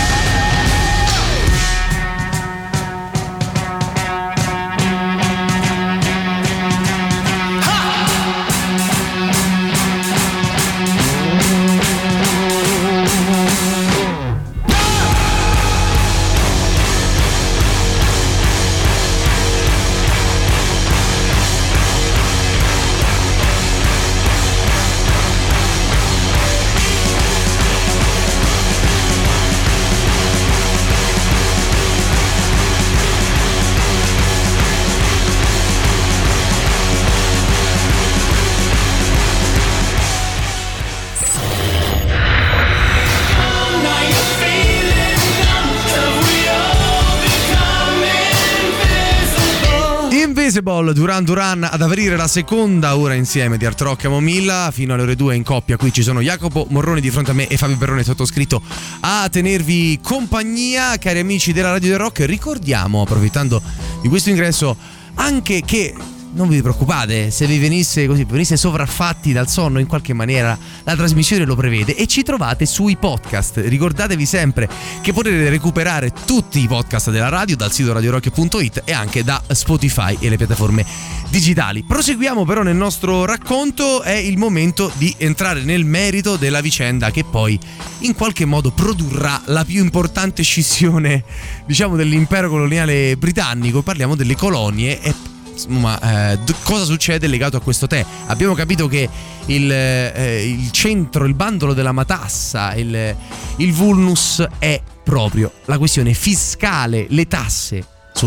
Duran Duran ad aprire la seconda ora insieme di Art Rock Camomilla fino alle ore due in coppia. Qui ci sono Jacopo Morroni di fronte a me e Fabio Perrone sottoscritto a tenervi compagnia. Cari amici della Radio del Rock, ricordiamo, approfittando di questo ingresso, anche che non vi preoccupate se vi venisse così, venisse sovraffatti dal sonno in qualche maniera, la trasmissione lo prevede e ci trovate sui podcast. Ricordatevi sempre che potete recuperare tutti i podcast della radio dal sito radio rock punto it e anche da Spotify e le piattaforme digitali. Proseguiamo però nel nostro racconto, è il momento di entrare nel merito della vicenda che poi in qualche modo produrrà la più importante scissione, diciamo, dell'impero coloniale britannico. Parliamo delle colonie e Ma eh, d- cosa succede legato a questo tè? Abbiamo capito che il, eh, il centro, il bandolo della matassa, il, il vulnus è proprio la questione fiscale, le tasse sul tè.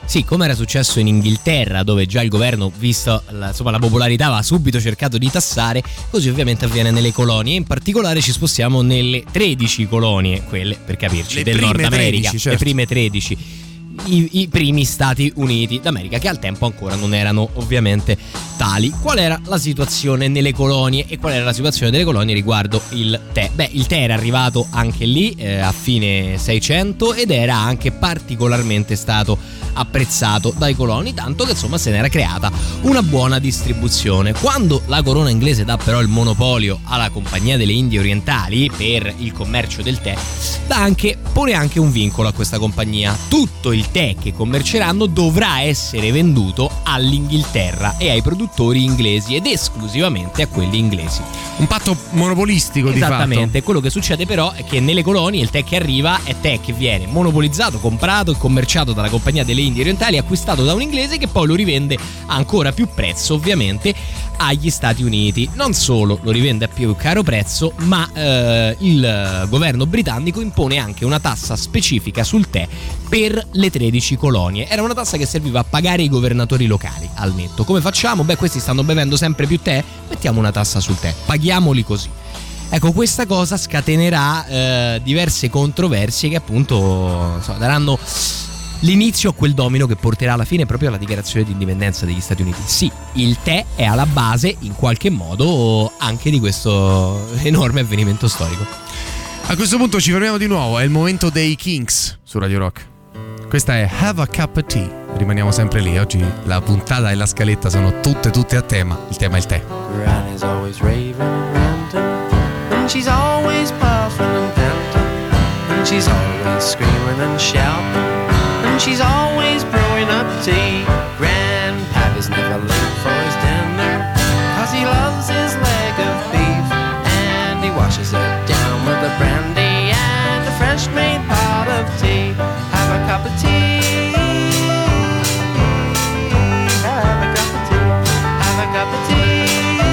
Sì, come era successo in Inghilterra, dove già il governo, visto la, insomma, la popolarità, aveva subito cercato di tassare, così ovviamente avviene nelle colonie. In particolare ci spostiamo nelle tredici colonie, quelle per capirci, le del Nord America, tredici, certo. Le prime tredici. I, i primi Stati Uniti d'America, che al tempo ancora non erano ovviamente tali. Qual era la situazione nelle colonie e qual era la situazione delle colonie riguardo il tè? Beh, il tè era arrivato anche lì eh, a fine Seicento ed era anche particolarmente stato apprezzato dai coloni, tanto che insomma se n'era creata una buona distribuzione. Quando la corona inglese dà però il monopolio alla Compagnia delle Indie Orientali per il commercio del tè, dà anche, pone anche un vincolo a questa compagnia: tutto il tè che commerceranno dovrà essere venduto all'Inghilterra e ai produttori inglesi ed esclusivamente a quelli inglesi. Un patto monopolistico di fatto. Esattamente. Quello che succede però è che nelle colonie il tè che arriva è tè che viene monopolizzato, comprato e commerciato dalla Compagnia delle Indie Orientali, acquistato da un inglese che poi lo rivende a ancora più prezzo ovviamente agli Stati Uniti. Non solo lo rivende a più caro prezzo, ma eh, il governo britannico impone anche una tassa specifica sul tè per le tredici colonie. Era una tassa che serviva a pagare i governatori locali al netto. Come facciamo? Beh, questi stanno bevendo sempre più tè, mettiamo una tassa sul tè, paghiamoli così. Ecco, questa cosa scatenerà eh, diverse controversie che appunto so, daranno l'inizio a quel domino che porterà alla fine proprio alla dichiarazione di indipendenza degli Stati Uniti. Sì, il tè è alla base in qualche modo anche di questo enorme avvenimento storico. A questo punto ci fermiamo di nuovo, è il momento dei Kinks su Radio Rock. Questa è Have a Cup of Tea. Rimaniamo sempre lì, oggi la puntata e la scaletta sono tutte tutte a tema, il tema è il tè. Granny's always raving and ranting, and she's always puffing and panting, and she's always screaming and shouting, and she's always brewing up tea. Grandpappy's never late for his dinner, cause he loves his leg of beef, and he washes it down with a brandy and a fresh made pot of tea. Have a cup of tea, have a cup of tea, have a cup of tea,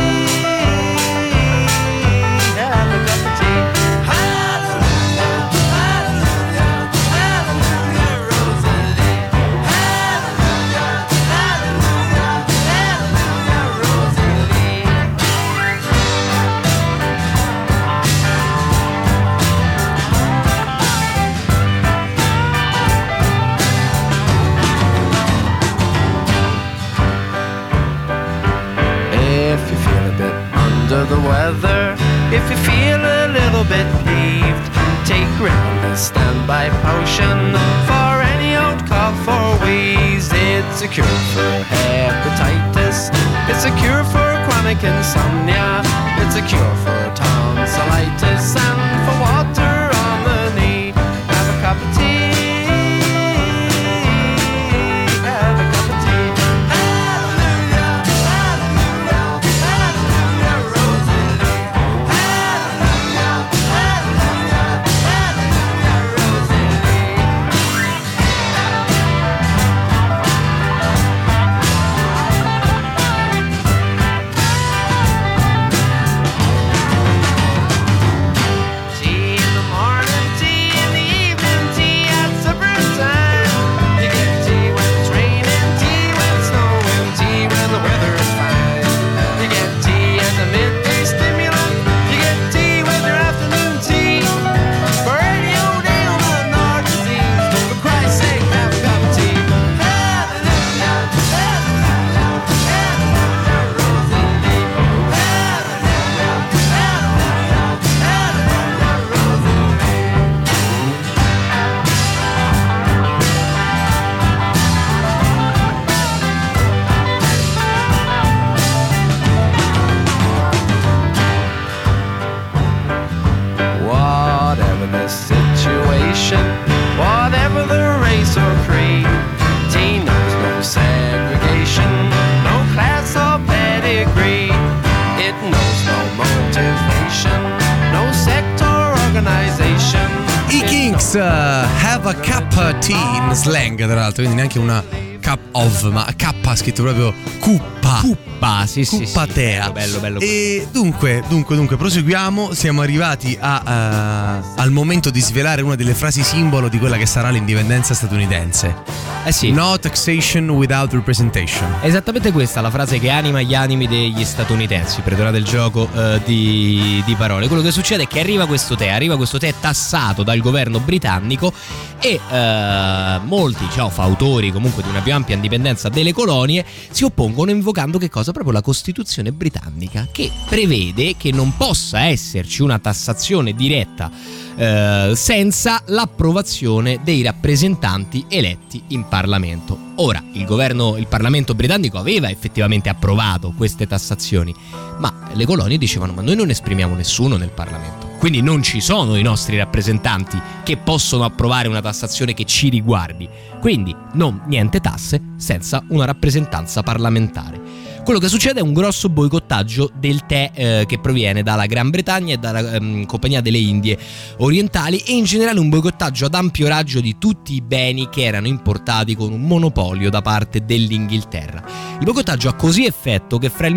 have a cup of tea. Hallelujah, hallelujah, hallelujah, Rosalie. Hallelujah, hallelujah, hallelujah, Rosalie. If you feel a bit under the weather, if you feel a little bit peeved, take round a standby potion for any old cough or wheeze. It's a cure for hepatitis, it's a cure for chronic insomnia, it's a cure for tonsillitis and for water on the knee. Have a cup of tea, have a cup of tea. Hallelujah, hallelujah, hallelujah, Rosalie. Hallelujah, hallelujah, hallelujah, Rosalie. Tea in the morning, tea in the evening, tea at supper time. You get tea when it's raining, tea when it's snowing, tea when the weather is fine. You get tea as a midday stimulant, you get tea with your afternoon tea. For any old ailment or disease, for Christ's sake, have a cup of tea. Hallelujah, hallelujah, hallelujah, Rosalie. Hallelujah, hallelujah, hallelujah, Rosalie. Whatever the situation, whatever the race or creed, tea knows no segregation, no class or pedigree. It knows no motivation, no sect or organization. I Kinks, uh, Have a Cup of Tea in slang tra l'altro, quindi neanche una cup of, ma K ha scritto proprio cuppa. Cuppa, sì, sì, sì. Cuppatea. Bello, bello, bello. E dunque, dunque, dunque, proseguiamo. Siamo arrivati a, uh, al momento di svelare una delle frasi simbolo di quella che sarà l'indipendenza statunitense. Eh sì. No taxation without representation. Esattamente questa la frase che anima gli animi degli statunitensi, perdonate il gioco uh, di, di parole. Quello che succede è che arriva questo tè, arriva questo tè tassato dal governo britannico e uh, molti, diciamo, fautori comunque di una più ampia indipendenza delle colonie si oppongono invocando che cosa? Proprio la Costituzione britannica, che prevede che non possa esserci una tassazione diretta eh, senza l'approvazione dei rappresentanti eletti in Parlamento. Ora, il governo, il Parlamento britannico aveva effettivamente approvato queste tassazioni, ma le colonie dicevano: ma noi non esprimiamo nessuno nel Parlamento, quindi non ci sono i nostri rappresentanti che possono approvare una tassazione che ci riguardi, quindi non niente tasse senza una rappresentanza parlamentare. Quello che succede è un grosso boicottaggio del tè eh, che proviene dalla Gran Bretagna e dalla ehm, Compagnia delle Indie Orientali, e in generale un boicottaggio ad ampio raggio di tutti i beni che erano importati con un monopolio da parte dell'Inghilterra. Il boicottaggio ha così effetto che fra il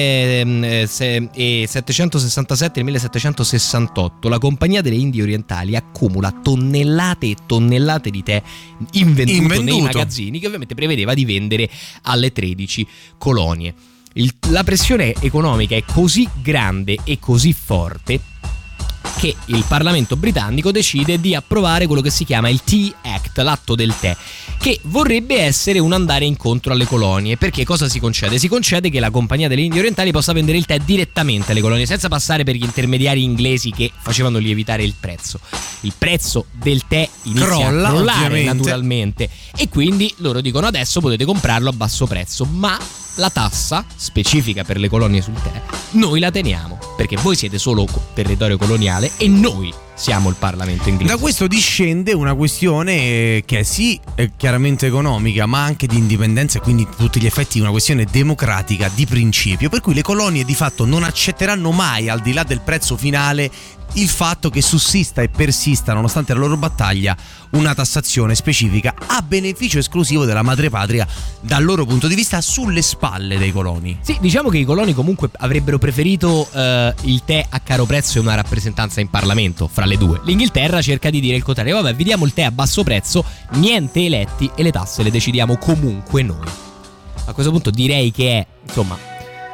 millesettecentosessantasette e il millesettecentosessantotto la Compagnia delle Indie Orientali accumula tonnellate e tonnellate di tè invenduto, invenduto nei magazzini, che ovviamente prevedeva di vendere alle tredici colonie. Il, la pressione economica è così grande e così forte che il Parlamento britannico decide di approvare quello che si chiama il Tea Act, l'atto del tè, che vorrebbe essere un andare incontro alle colonie. Perché cosa si concede? Si concede che la Compagnia delle Indie Orientali possa vendere il tè direttamente alle colonie, senza passare per gli intermediari inglesi che facevano lievitare il prezzo. Il prezzo del tè inizia Crolla, a crollare ovviamente. naturalmente, e quindi loro dicono: adesso potete comprarlo a basso prezzo, ma la tassa specifica per le colonie sul tè noi la teniamo, perché voi siete solo territorio coloniale e noi siamo il Parlamento inglese. Da questo discende una questione che è sì è chiaramente economica, ma anche di indipendenza, e quindi a tutti gli effetti una questione democratica di principio, per cui le colonie di fatto non accetteranno mai, al di là del prezzo finale, il fatto che sussista e persista, nonostante la loro battaglia, una tassazione specifica a beneficio esclusivo della madrepatria, dal loro punto di vista sulle spalle dei coloni. Sì, diciamo che i coloni comunque avrebbero preferito eh, il tè a caro prezzo e una rappresentanza in Parlamento fra le due. L'Inghilterra cerca di dire il contrario: vabbè, vi diamo il tè a basso prezzo, niente eletti, e le tasse le decidiamo comunque noi. A questo punto direi che è, insomma,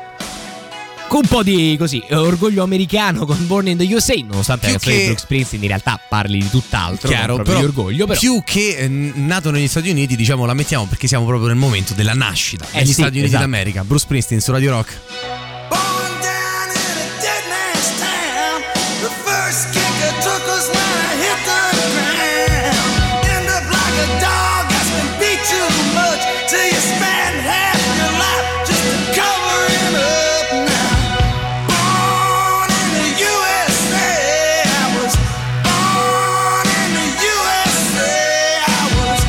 con un po' di così orgoglio americano, con Born in the U S A, nonostante Più la canzone che- di Brooke Springsteen in realtà parli di tutt'altro, Chiaro, non proprio però, di orgoglio, però più che eh, nato negli Stati Uniti, diciamo, la mettiamo perché siamo proprio nel momento della nascita Eh negli sì, Stati Uniti esatto. d'America. Bruce Springsteen su Radio Rock. Born down in a dead man's town. The first kicker took us when I hit the ground. End up like a dog that's been beat too much, till you spend half your life just to cover him up now. Born in the U S A, I was born in the U S A, I was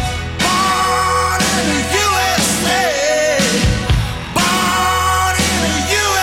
born in the U S A, born in the U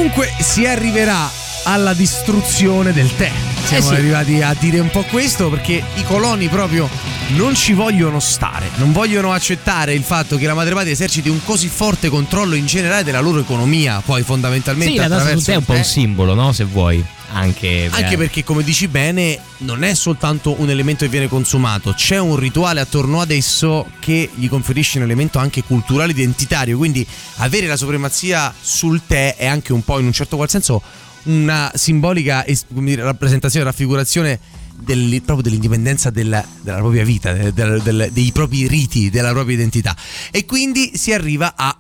Comunque si arriverà alla distruzione del tè. Siamo Eh sì. arrivati a dire un po' questo perché i coloni proprio non ci vogliono stare, non vogliono accettare il fatto che la madrepatria eserciti un così forte controllo in generale della loro economia, poi fondamentalmente Sì, la tassa sul attraverso tè è un il po' un tè. simbolo, no? Se vuoi. Anche, Anche perché, come dici bene, non è soltanto un elemento che viene consumato, c'è un rituale attorno ad esso che gli conferisce un elemento anche culturale identitario, quindi avere la supremazia sul tè è anche un po', in un certo qual senso, una simbolica es- come dire, rappresentazione, raffigurazione del, proprio dell'indipendenza della, della propria vita, del, del- del- dei propri riti, della propria identità. E quindi si arriva a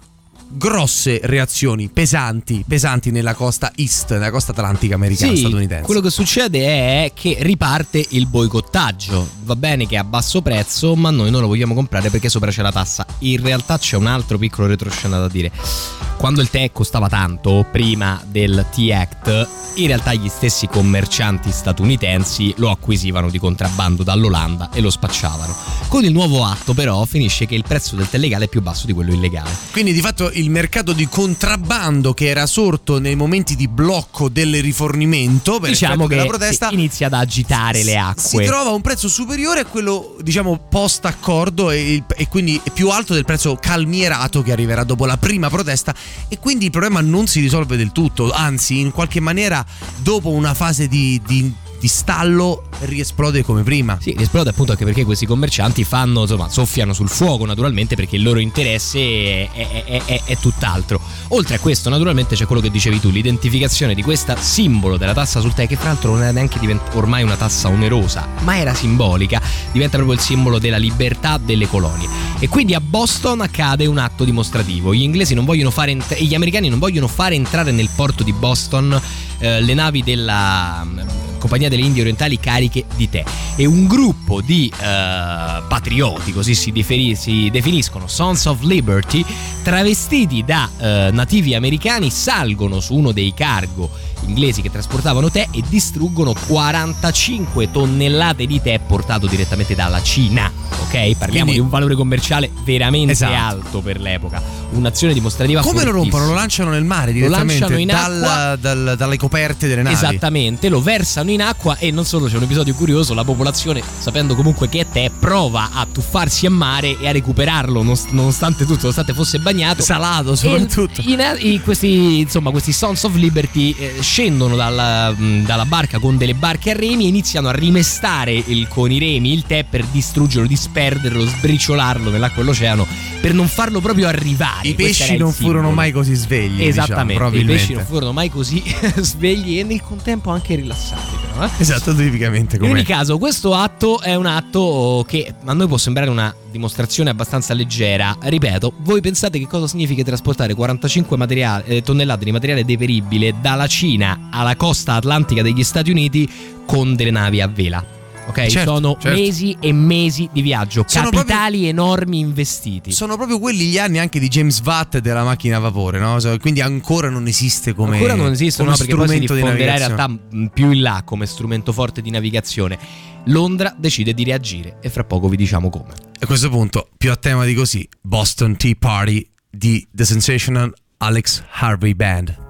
grosse reazioni pesanti, pesanti nella costa east, nella costa atlantica americana, sì, statunitense. quello che succede è che riparte il boicottaggio. Va bene che è a basso prezzo, ma noi non lo vogliamo comprare perché sopra c'è la tassa. In realtà c'è un altro piccolo retroscena da dire. Quando il tè costava tanto, prima del T-Act, in realtà gli stessi commercianti statunitensi lo acquisivano di contrabbando dall'Olanda e lo spacciavano. Con il nuovo atto però finisce che il prezzo del tè legale è più basso di quello illegale. Quindi di fatto il mercato di contrabbando che era sorto nei momenti di blocco del rifornimento per Diciamo effetto che della protesta si inizia ad agitare le acque. si trova a un prezzo superiore a quello, diciamo, post accordo e, il- e quindi più alto del prezzo calmierato che arriverà dopo la prima protesta, e quindi il problema non si risolve del tutto, anzi in qualche maniera dopo una fase di, di, di stallo riesplode come prima. Sì, esplode appunto anche perché questi commercianti fanno, insomma, soffiano sul fuoco naturalmente perché il loro interesse è, è, è, è, è tutt'altro. Oltre a questo naturalmente c'è quello che dicevi tu, l'identificazione di questa simbolo della tassa sul tè, che fra l'altro non è neanche divent- ormai una tassa onerosa, ma era simbolica, diventa proprio il simbolo della libertà delle colonie. E quindi a Boston accade un atto dimostrativo. Gli inglesi non vogliono fare ent- e gli americani non vogliono fare entrare nel porto di Boston eh, le navi della mm, Compagnia delle Indie Orientali cariche di tè, e un gruppo di eh, patrioti, così si, deferi- si definiscono, Sons of Liberty, travestiti da eh, nativi americani, salgono su uno dei cargo inglesi che trasportavano tè e distruggono quarantacinque tonnellate di tè portato direttamente dalla Cina. Ok? Parliamo Quindi- di un valore commerciale veramente Esatto. alto per l'epoca. Un'azione dimostrativa Come lo fortissima. rompono? Lo lanciano nel mare Lo direttamente lanciano in dal- acqua. dal- dalle coperte delle navi. Esattamente, lo versano in acqua e non solo, c'è un episodio curioso, la popolazione, sapendo comunque che è tè, prova a tuffarsi a mare e a recuperarlo non- nonostante tutto, nonostante fosse bagnato. Salato soprattutto. E in- i- questi, insomma, questi Sons of Liberty eh, scendono dalla, mh, dalla barca con delle barche a remi e iniziano a rimestare il- con i remi il tè per distruggerlo, disperderlo, sbriciolarlo nell'acqua e l'oceano, per non farlo proprio arrivare. I Questo era pesci il non furono simbolo. mai così svegli. Esattamente, diciamo, i probabilmente. pesci non furono mai così svegli e nel contempo anche rilassati, però, eh? Esatto, tipicamente In come. ogni caso, questo atto è un atto che a noi può sembrare una dimostrazione abbastanza leggera. Ripeto, voi pensate che cosa significa trasportare quarantacinque materiale, eh, tonnellate di materiale deperibile dalla Cina alla costa atlantica degli Stati Uniti con delle navi a vela? Ok, Certo, sono certo. mesi e mesi di viaggio, Sono capitali enormi investiti. Sono proprio quelli gli anni anche di James Watt e della macchina a vapore, no? So- Quindi ancora non esiste come Ancora non esistono, come no, perché poi si strumento di diffonderà in navigazione. realtà mh, più in là come strumento forte di navigazione. Londra decide di reagire e fra poco vi diciamo come. A questo punto, più a tema di così, Boston Tea Party di The Sensational Alex Harvey Band.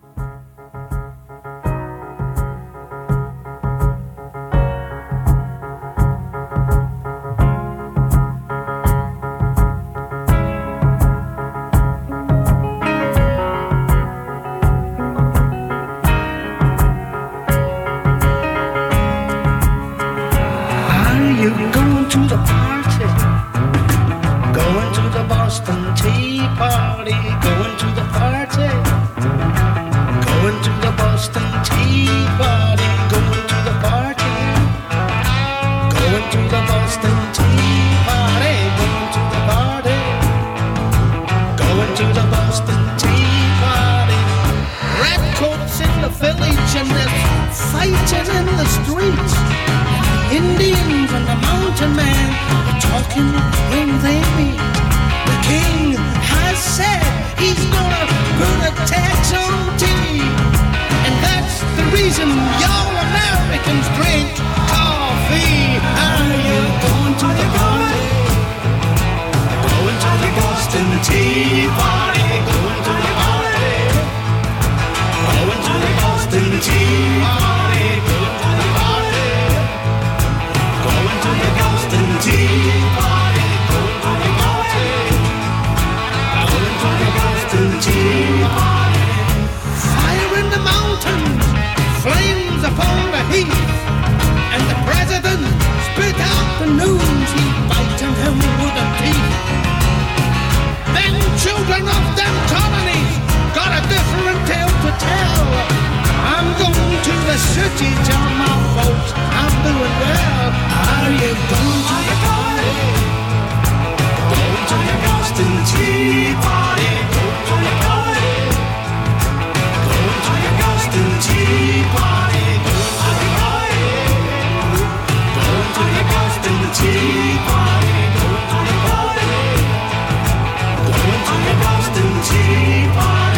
Are you going to the party? Going to the Boston Tea Party? Going to the party? Going to the Boston Tea Party? Going to the party? Going to the Boston Tea Party? Going to the party? Going to the Boston Tea Party? Redcoats in the village and they're fighting in the streets. Indians and the mountain man are talking when they meet. The king has said he's gonna put a tax on tea, and that's the reason y'all Americans drink coffee. Are you going to the party? Going to the Boston Tea Party. Going to the party. afternoons he biting him with a teeth. Them children of them colonies got a different tale to tell. I'm going to the city, tell my folks I'm doing well. Are you going to the party? Going to the Boston Tea Party. Going to the party. Going to the Boston Tea Party. Going to the party. Going to the Boston Tea Party. Going to the party. Going to the Boston Tea Party.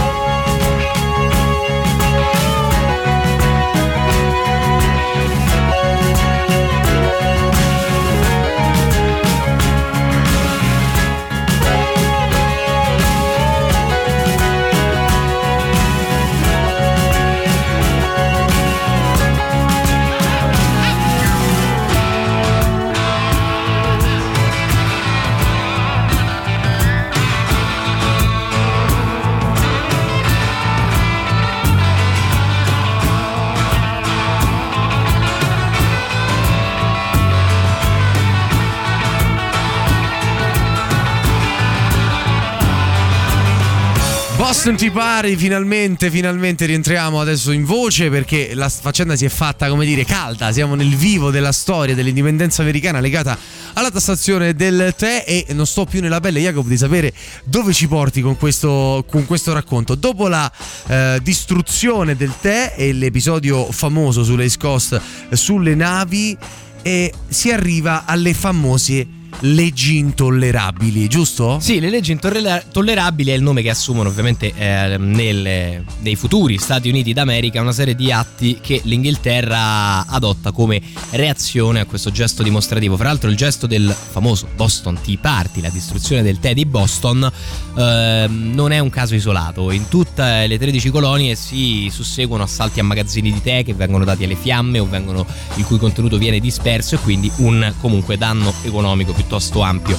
Boston Tea Party, finalmente, finalmente rientriamo adesso in voce, perché la faccenda si è fatta, come dire, calda. Siamo nel vivo della storia dell'indipendenza americana legata alla tassazione del tè e non sto più nella pelle, Jacopo, di sapere dove ci porti con questo, con questo racconto. Dopo la eh, distruzione del tè e l'episodio famoso sulle East Coast sulle navi, e si arriva alle famose leggi intollerabili, giusto? Sì, le leggi intollerabili è il nome che assumono ovviamente eh, nel, nei futuri Stati Uniti d'America una serie di atti che l'Inghilterra adotta come reazione a questo gesto dimostrativo. Fra l'altro il gesto del famoso Boston Tea Party, la distruzione del tè di Boston, eh, non è un caso isolato. In tutte le tredici colonie si susseguono assalti a magazzini di tè che vengono dati alle fiamme o vengono, il cui contenuto viene disperso, e quindi un comunque danno economico piuttosto ampio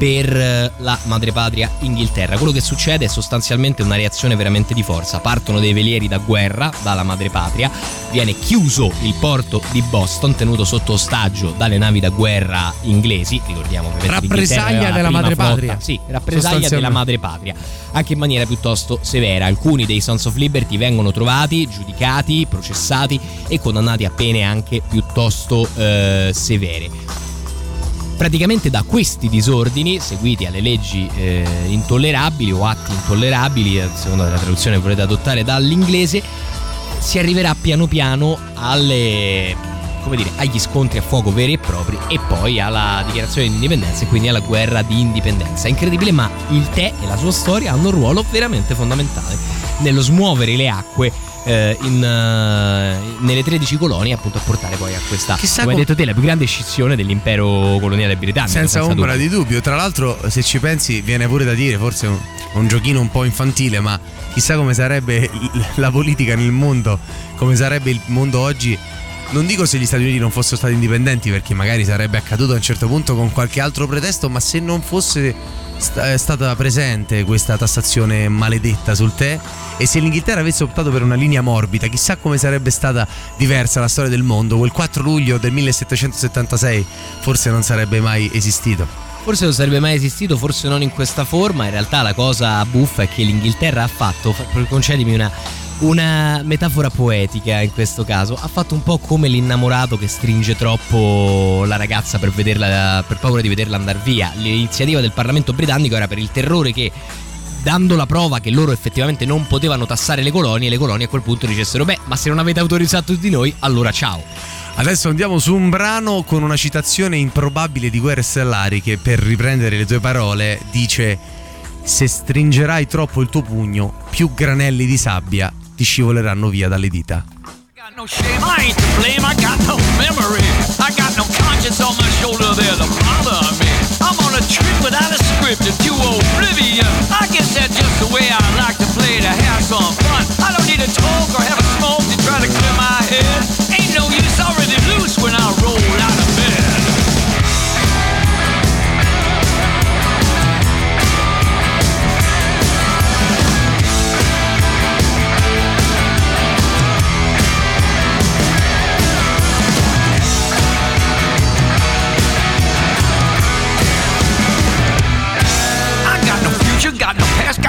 per la madrepatria Inghilterra. Quello che succede è sostanzialmente una reazione veramente di forza. Partono dei velieri da guerra dalla madrepatria, viene chiuso il porto di Boston, tenuto sotto ostaggio dalle navi da guerra inglesi. Ricordiamo ovviamente rappresaglia della madrepatria. Flotta, sì, rappresaglia della madrepatria, anche in maniera piuttosto severa. Alcuni dei Sons of Liberty vengono trovati, giudicati, processati e condannati a pene anche piuttosto eh, severe. Praticamente da questi disordini, seguiti alle leggi eh, intollerabili o atti intollerabili, a seconda della traduzione che volete adottare dall'inglese, si arriverà piano piano alle, come dire, agli scontri a fuoco veri e propri, e poi alla dichiarazione di indipendenza e quindi alla guerra di indipendenza. È incredibile, ma il tè e la sua storia hanno un ruolo veramente fondamentale nello smuovere le acque eh, in, uh, nelle tredici colonie, appunto a portare poi a questa, chissà, come hai detto te, la più grande scissione dell'impero coloniale britannico. Senza, senza ombra dubbio. di dubbio. Tra l'altro, se ci pensi, viene pure da dire, forse un, un giochino un po' infantile, ma chissà come sarebbe la politica nel mondo, come sarebbe il mondo oggi. Non dico se gli Stati Uniti non fossero stati indipendenti, perché magari sarebbe accaduto a un certo punto con qualche altro pretesto, ma se non fosse st- stata presente questa tassazione maledetta sul tè, e se l'Inghilterra avesse optato per una linea morbida, chissà come sarebbe stata diversa la storia del mondo. Quel quattro luglio del millesettecentosettantasei forse non sarebbe mai esistito. Forse non sarebbe mai esistito, forse non in questa forma. In realtà la cosa buffa è che l'Inghilterra ha fatto, concedimi una Una metafora poetica in questo caso, ha fatto un po' come l'innamorato che stringe troppo la ragazza per vederla, per paura di vederla andare via. L'iniziativa del Parlamento britannico era per il terrore che, dando la prova che loro effettivamente non potevano tassare le colonie, le colonie a quel punto dicessero: beh, ma se non avete autorizzato di noi, allora ciao. Adesso andiamo su un brano con una citazione improbabile di Guerre Stellari che, per riprendere le tue parole, dice: se stringerai troppo il tuo pugno, più granelli di sabbia ti scivoleranno via dalle dita. I got no shame, I ain't to blame, I got no memory, I got no conscience on my shoulder there to bother me. I'm on a trip without a script into oblivion. I guess that's just the way I like to play, to have some fun. I don't need to talk or have a smoke to try to clear my head. Ain't no use, already loose when I roll out of bed.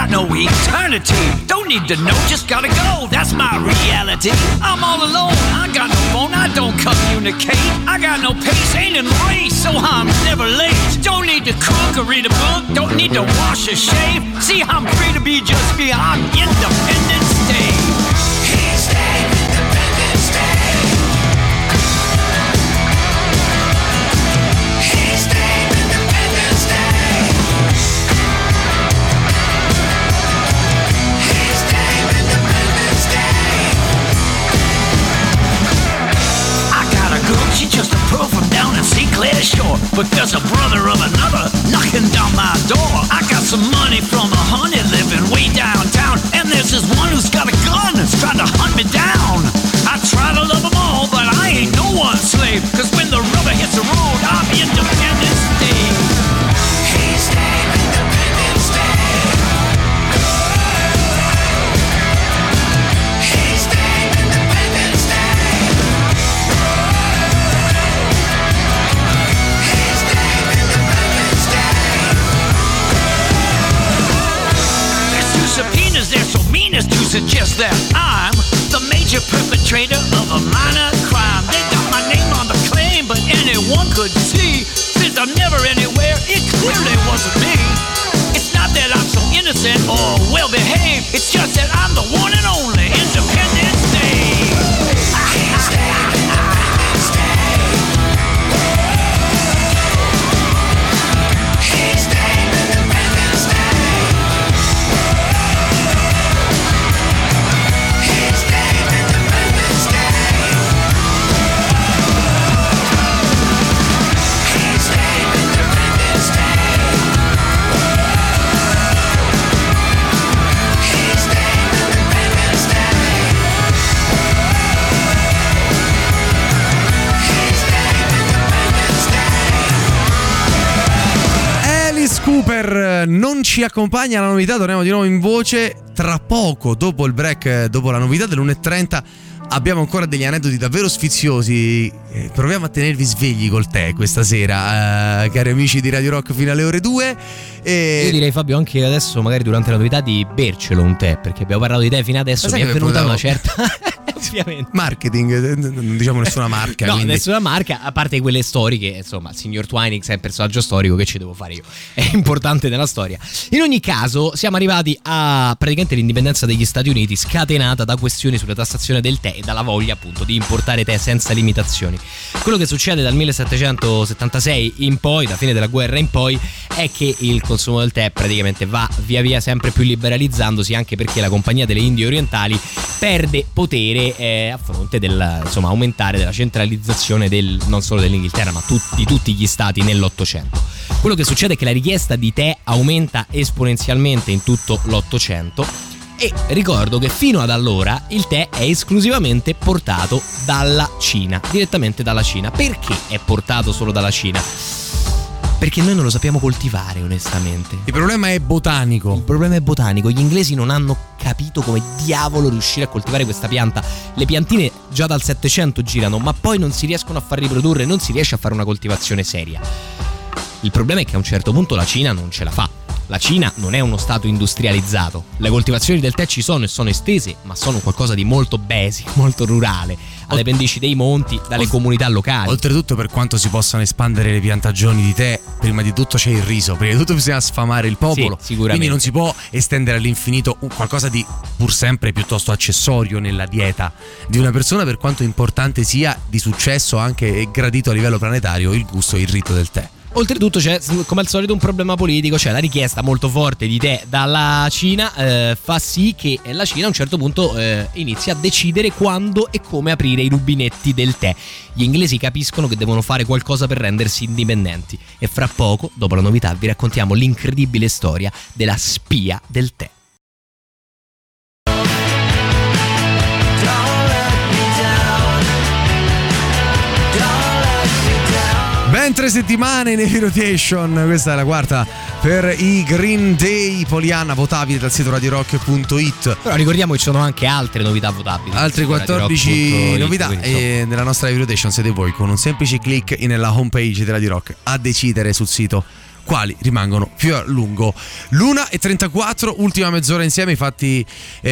got no eternity. Don't need to know, just gotta go. That's my reality. I'm all alone. I got no phone. I don't communicate. I got no pace. Ain't in the race, so I'm never late. Don't need to cook or read a book. Don't need to wash or shave. See, I'm free to be just me. I'm Independence Day. He's Day, Independence Day. He's Day, Independence Day. He's Day, Independence Day. I got a girl, she's just a pearl from down in Saint Clair Shore. But there's a brother of another knocking down my door. I got some money from a honey living way downtown. And there's this one who's got a gun that's trying to hunt me down. I try to love them all, but I ain't no one's slave. Cause when the rubber hits the road, I'm Independence Day. He's Day, Independence Day. He's Day, Independence Day. He's Day, Independence Day. There's two subpoenas there so mean as to suggest that I'm the major perpetrator of a minor crime. They got my name on the claim, but anyone could see. Since I'm never anywhere, it clearly wasn't me. It's not that I'm so innocent or well-behaved. It's just that I'm the one and only Independence Day. Independence Day, Independence Day. He's Day, Independence Day. He's Day, Independence Day. He's Day, Independence Day. He's Day, Independence Day. He's Day, Independence Day. Alice Cooper non ci accompagna alla novità, torniamo di nuovo in voce tra poco, dopo il break, dopo la novità dell'uno e trenta. Abbiamo ancora degli aneddoti davvero sfiziosi. Eh, proviamo a tenervi svegli col tè questa sera, eh, cari amici di Radio Rock, fino alle ore due. E... Io direi, Fabio, anche adesso, magari durante la novità, di bercelo un tè, perché abbiamo parlato di tè fino adesso. Mi è venuta una certa ovviamente marketing, non diciamo nessuna marca. No, quindi... nessuna marca, a parte quelle storiche. Insomma, il signor Twinings è un personaggio storico, che ci devo fare io? È importante nella storia. In ogni caso, siamo arrivati a praticamente l'indipendenza degli Stati Uniti, scatenata da questioni sulla tassazione del tè e dalla voglia appunto di importare tè senza limitazioni. Quello che succede dal millesettecentosettantasei in poi, da fine della guerra in poi, è che il consumo del tè praticamente va via via sempre più liberalizzandosi, anche perché la Compagnia delle Indie Orientali perde potere eh, a fronte del, insomma, aumentare della centralizzazione del, non solo dell'Inghilterra, ma tut, di tutti gli stati nell'Ottocento. Quello che succede è che la richiesta di tè aumenta esponenzialmente in tutto l'Ottocento. E ricordo che fino ad allora il tè è esclusivamente portato dalla Cina, direttamente dalla Cina. Perché è portato solo dalla Cina? Perché noi non lo sappiamo coltivare, onestamente. Il problema è botanico. Il problema è botanico. Gli inglesi non hanno capito come diavolo riuscire a coltivare questa pianta. Le piantine già dal Settecento girano, ma poi non si riescono a far riprodurre, non si riesce a fare una coltivazione seria. Il problema è che a un certo punto la Cina non ce la fa. La Cina non è uno stato industrializzato. Le coltivazioni del tè ci sono e sono estese, ma sono qualcosa di molto basic, molto rurale, alle pendici dei monti, dalle comunità locali. Oltretutto, per quanto si possano espandere le piantagioni di tè, prima di tutto c'è il riso, prima di tutto bisogna sfamare il popolo. Sì, sicuramente. Quindi non si può estendere all'infinito qualcosa di pur sempre piuttosto accessorio nella dieta di una persona, per quanto importante sia, di successo anche e gradito a livello planetario, il gusto e il rito del tè. Oltretutto c'è, come al solito, un problema politico, cioè la richiesta molto forte di tè dalla Cina eh, fa sì che la Cina a un certo punto eh, inizia a decidere quando e come aprire i rubinetti del tè. Gli inglesi capiscono che devono fare qualcosa per rendersi indipendenti e fra poco, dopo la novità, vi raccontiamo l'incredibile storia della spia del tè. Ben tre settimane in Heavy Rotation, questa è la quarta per i Green Day. Poliana, votabile dal sito radio rock punto it. Però ricordiamo che ci sono anche altre novità votabili. Altre quattordici novità e nella nostra Heavy Rotation siete voi con un semplice click nella homepage della Radio Rock a decidere sul sito quali rimangono più a lungo. L'una e trentaquattro, ultima mezz'ora insieme. I fatti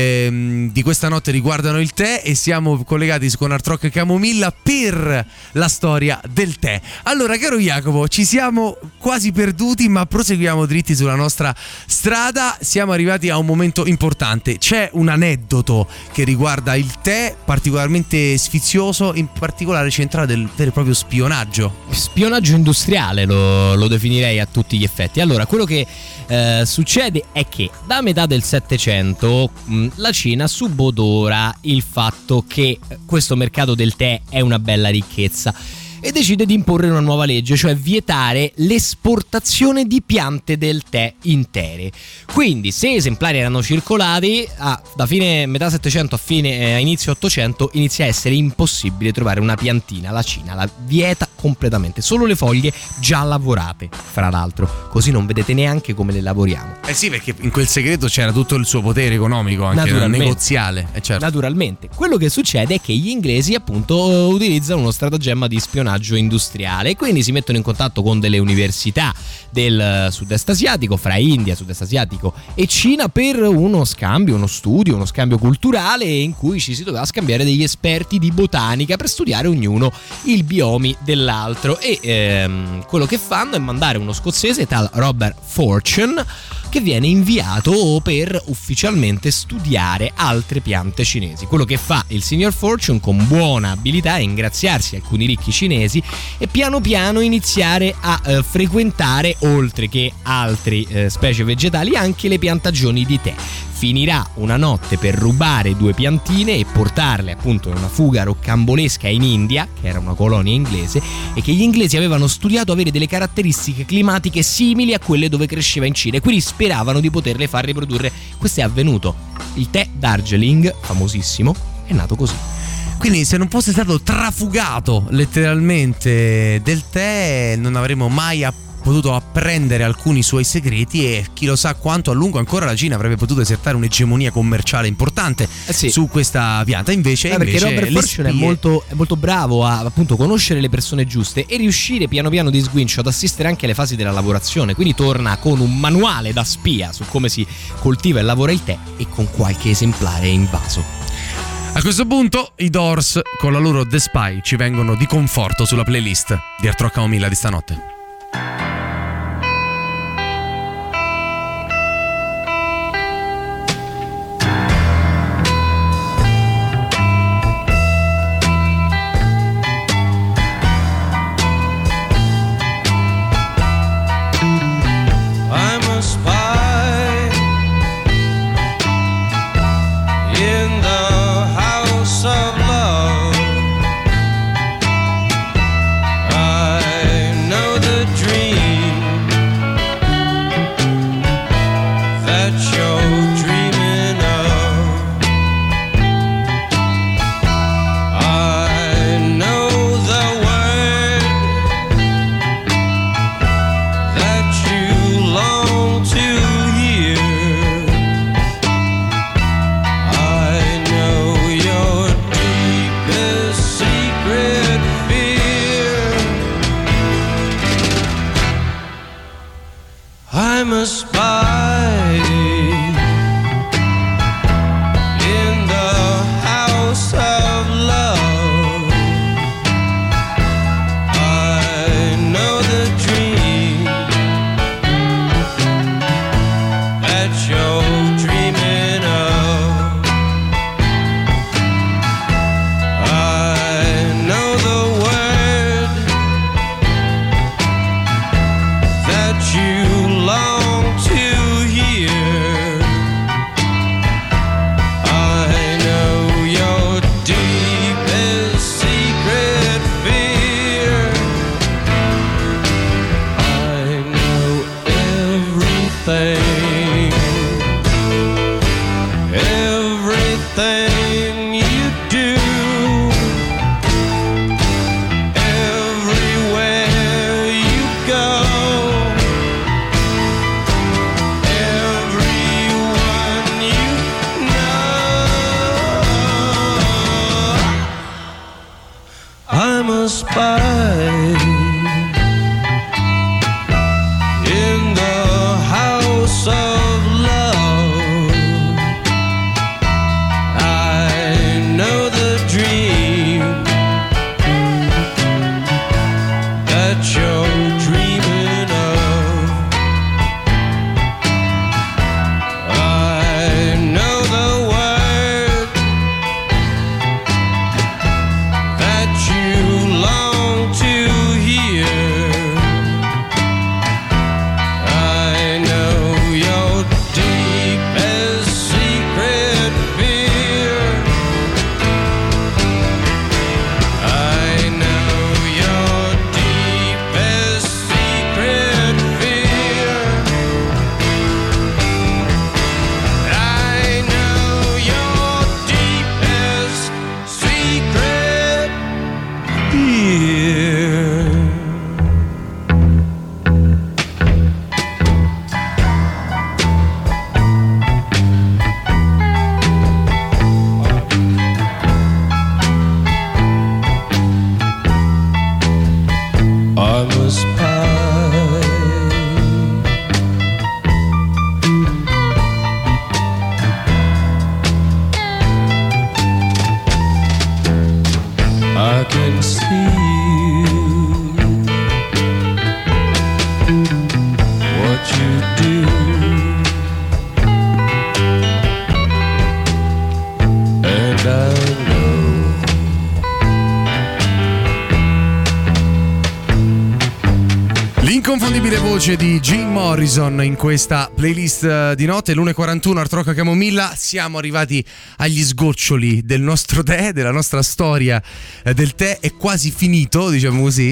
ehm, di questa notte riguardano il tè e siamo collegati con Art Rock Camomilla per la storia del tè. Allora, caro Jacopo, ci siamo quasi perduti, ma proseguiamo dritti sulla nostra strada. Siamo arrivati a un momento importante. C'è un aneddoto che riguarda il tè particolarmente sfizioso, in particolare centrato del vero e proprio spionaggio. Spionaggio industriale lo, lo definirei a tutti gli effetti. Allora, quello che eh, succede è che da metà del Settecento mh, la Cina subodora il fatto che questo mercato del tè è una bella ricchezza e decide di imporre una nuova legge, cioè vietare l'esportazione di piante del tè intere. Quindi, se esemplari erano circolati, ah, da fine metà Settecento a fine eh, a inizio Ottocento inizia a essere impossibile trovare una piantina. La Cina la vieta completamente, solo le foglie già lavorate, fra l'altro, così non vedete neanche come le lavoriamo. Eh sì, perché in quel segreto c'era tutto il suo potere economico, anche negoziale. Eh certo. Naturalmente. Quello che succede è che gli inglesi appunto utilizzano uno stratagemma di spionaggio industriale, quindi si mettono in contatto con delle università del sud-est asiatico, fra India, sud-est asiatico e Cina, per uno scambio, uno studio, uno scambio culturale in cui ci si doveva scambiare degli esperti di botanica per studiare ognuno il biomi dell'altro. E ehm, quello che fanno è mandare uno scozzese, tal Robert Fortune, che viene inviato per ufficialmente studiare altre piante cinesi. Quello che fa il signor Fortune con buona abilità è ingraziarsi alcuni ricchi cinesi e piano piano iniziare a eh, frequentare, oltre che altre eh, specie vegetali, anche le piantagioni di tè. Finirà una notte per rubare due piantine e portarle appunto in una fuga roccambolesca in India, che era una colonia inglese, e che gli inglesi avevano studiato avere delle caratteristiche climatiche simili a quelle dove cresceva in Cina, e quindi speravano di poterle far riprodurre. Questo è avvenuto. Il tè Darjeeling, famosissimo, è nato così. Quindi, se non fosse stato trafugato letteralmente del tè, non avremmo mai appunto potuto apprendere alcuni suoi segreti, e chi lo sa quanto a lungo ancora la Cina avrebbe potuto esercitare un'egemonia commerciale importante eh sì. su questa pianta. Invece, eh, perché invece Robert Fortune spie... è molto, è molto bravo a appunto conoscere le persone giuste e riuscire piano piano di sguincio ad assistere anche alle fasi della lavorazione. Quindi torna con un manuale da spia su come si coltiva e lavora il tè, e con qualche esemplare in vaso. A questo punto i Doors con la loro The Spy ci vengono di conforto sulla playlist di Art Rock Camomilla di stanotte. I'm a spy in the house of love. I know the dream that you're dreaming of. I know the word that you long to hear. I know your deepest secret fear. I know everything, everything you do, everywhere you go. L'inconfondibile voce di Jim Morrison in questa playlist di notte, l'una e quarantuno, Art Rock a Camomilla. Siamo arrivati agli sgoccioli del nostro tè, della nostra storia eh, del tè. È quasi finito, diciamo così.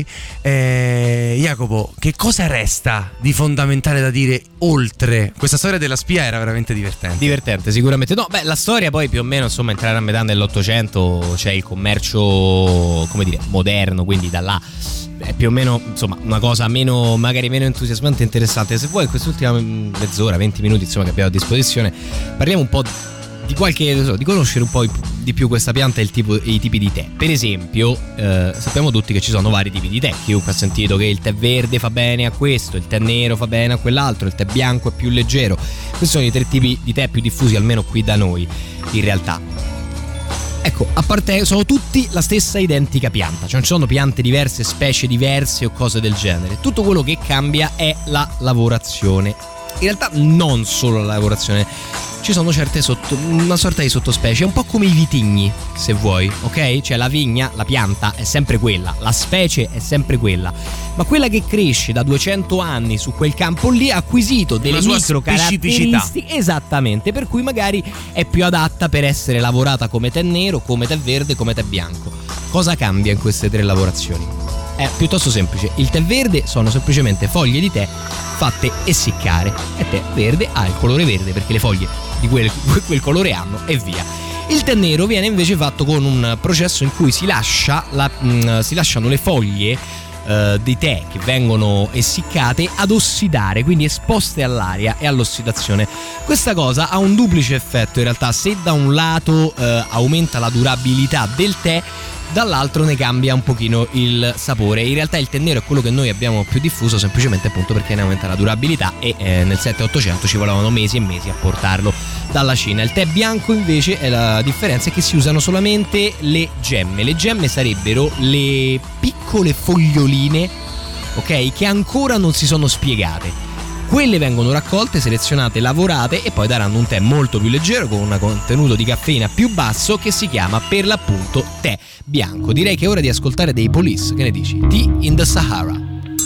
eh, Jacopo, che cosa resta di fondamentale da dire oltre? Questa storia della spia era veramente divertente. Divertente, sicuramente. No, beh, la storia poi più o meno, insomma, entrare a metà dell'Ottocento, c'è il commercio, come dire, moderno, quindi da là è più o meno, insomma, una cosa meno, magari meno entusiasmante e interessante. Se vuoi, in quest'ultima mezz'ora, venti minuti, insomma, che abbiamo a disposizione, parliamo un po' di qualche, non so, di conoscere un po' di più questa pianta e il tipo, i tipi di tè. Per esempio, eh, sappiamo tutti che ci sono vari tipi di tè. Chiunque ha sentito che il tè verde fa bene a questo, il tè nero fa bene a quell'altro, il tè bianco è più leggero. Questi sono i tre tipi di tè più diffusi, almeno qui da noi, in realtà. Ecco, a parte, sono tutti la stessa identica pianta, cioè non ci sono piante diverse, specie diverse o cose del genere. Tutto quello che cambia è la lavorazione. In realtà non solo la lavorazione, ci sono certe sotto, una sorta di sottospecie, è un po' come i vitigni, se vuoi, ok? Cioè la vigna, la pianta è sempre quella, la specie è sempre quella, ma quella che cresce da duecento anni su quel campo lì ha acquisito delle micro caratteristiche, esattamente, per cui magari è più adatta per essere lavorata come tè nero, come tè verde, come tè bianco. Cosa cambia in queste tre lavorazioni? È piuttosto semplice. Il tè verde sono semplicemente foglie di tè fatte essiccare, e tè verde ha il colore verde perché le foglie di quel, quel colore hanno, e via. Il tè nero viene invece fatto con un processo in cui si lascia la, mh, si lasciano le foglie uh, di tè che vengono essiccate ad ossidare, quindi esposte all'aria e all'ossidazione. Questa cosa ha un duplice effetto in realtà: se da un lato uh, aumenta la durabilità del tè, dall'altro ne cambia un pochino il sapore. In realtà il tè nero è quello che noi abbiamo più diffuso, semplicemente appunto perché ne aumenta la durabilità, e eh, nel sette ottocento ci volevano mesi e mesi a portarlo dalla Cina. Il tè bianco invece, è la differenza è che si usano solamente le gemme. Le gemme sarebbero le piccole foglioline, ok, che ancora non si sono spiegate. Quelle vengono raccolte, selezionate, lavorate e poi daranno un tè molto più leggero con un contenuto di caffeina più basso, che si chiama per l'appunto tè bianco. Direi che è ora di ascoltare dei Police. Che ne dici? Tea in the Sahara.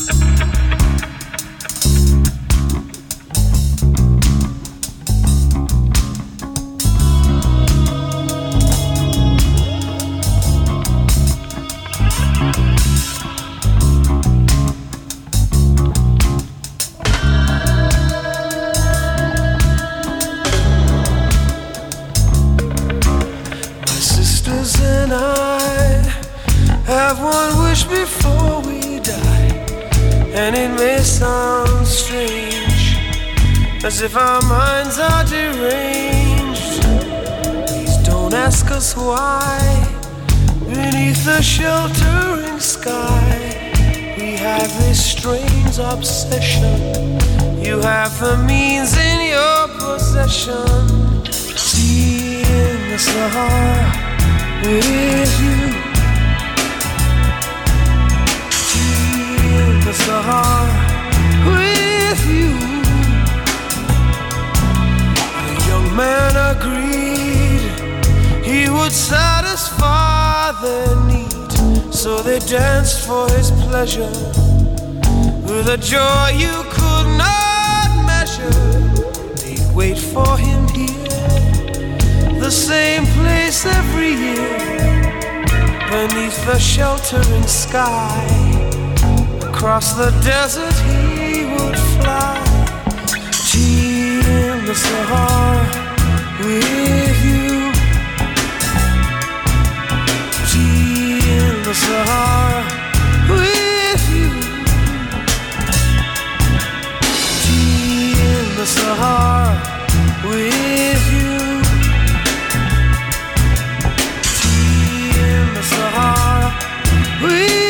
Before we die, and it may sound strange, as if our minds are deranged. Please don't ask us why. Beneath the sheltering sky, we have this strange obsession. You have the means in your possession. Tea in the Sahara with you. The Sahara with you. The young man agreed he would satisfy their need, so they danced for his pleasure with a joy you could not measure. They'd wait for him here, the same place every year, beneath the sheltering sky. Across the desert he would fly. Tea in the Sahara with you. Tea in the Sahara with you. Tea in the Sahara with you. Tea in the Sahara with you.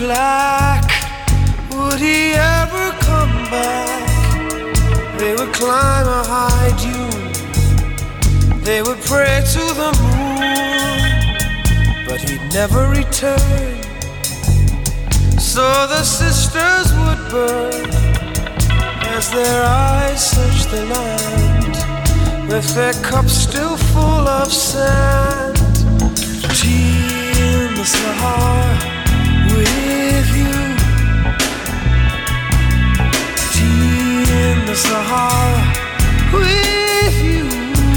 black. Would he ever come back? They would climb a high dune, they would pray to the moon, but he'd never return. So the sisters would burn as their eyes searched the land, with their cups still full of sand. Tea in the Sahara with you, tea in the Sahara with you,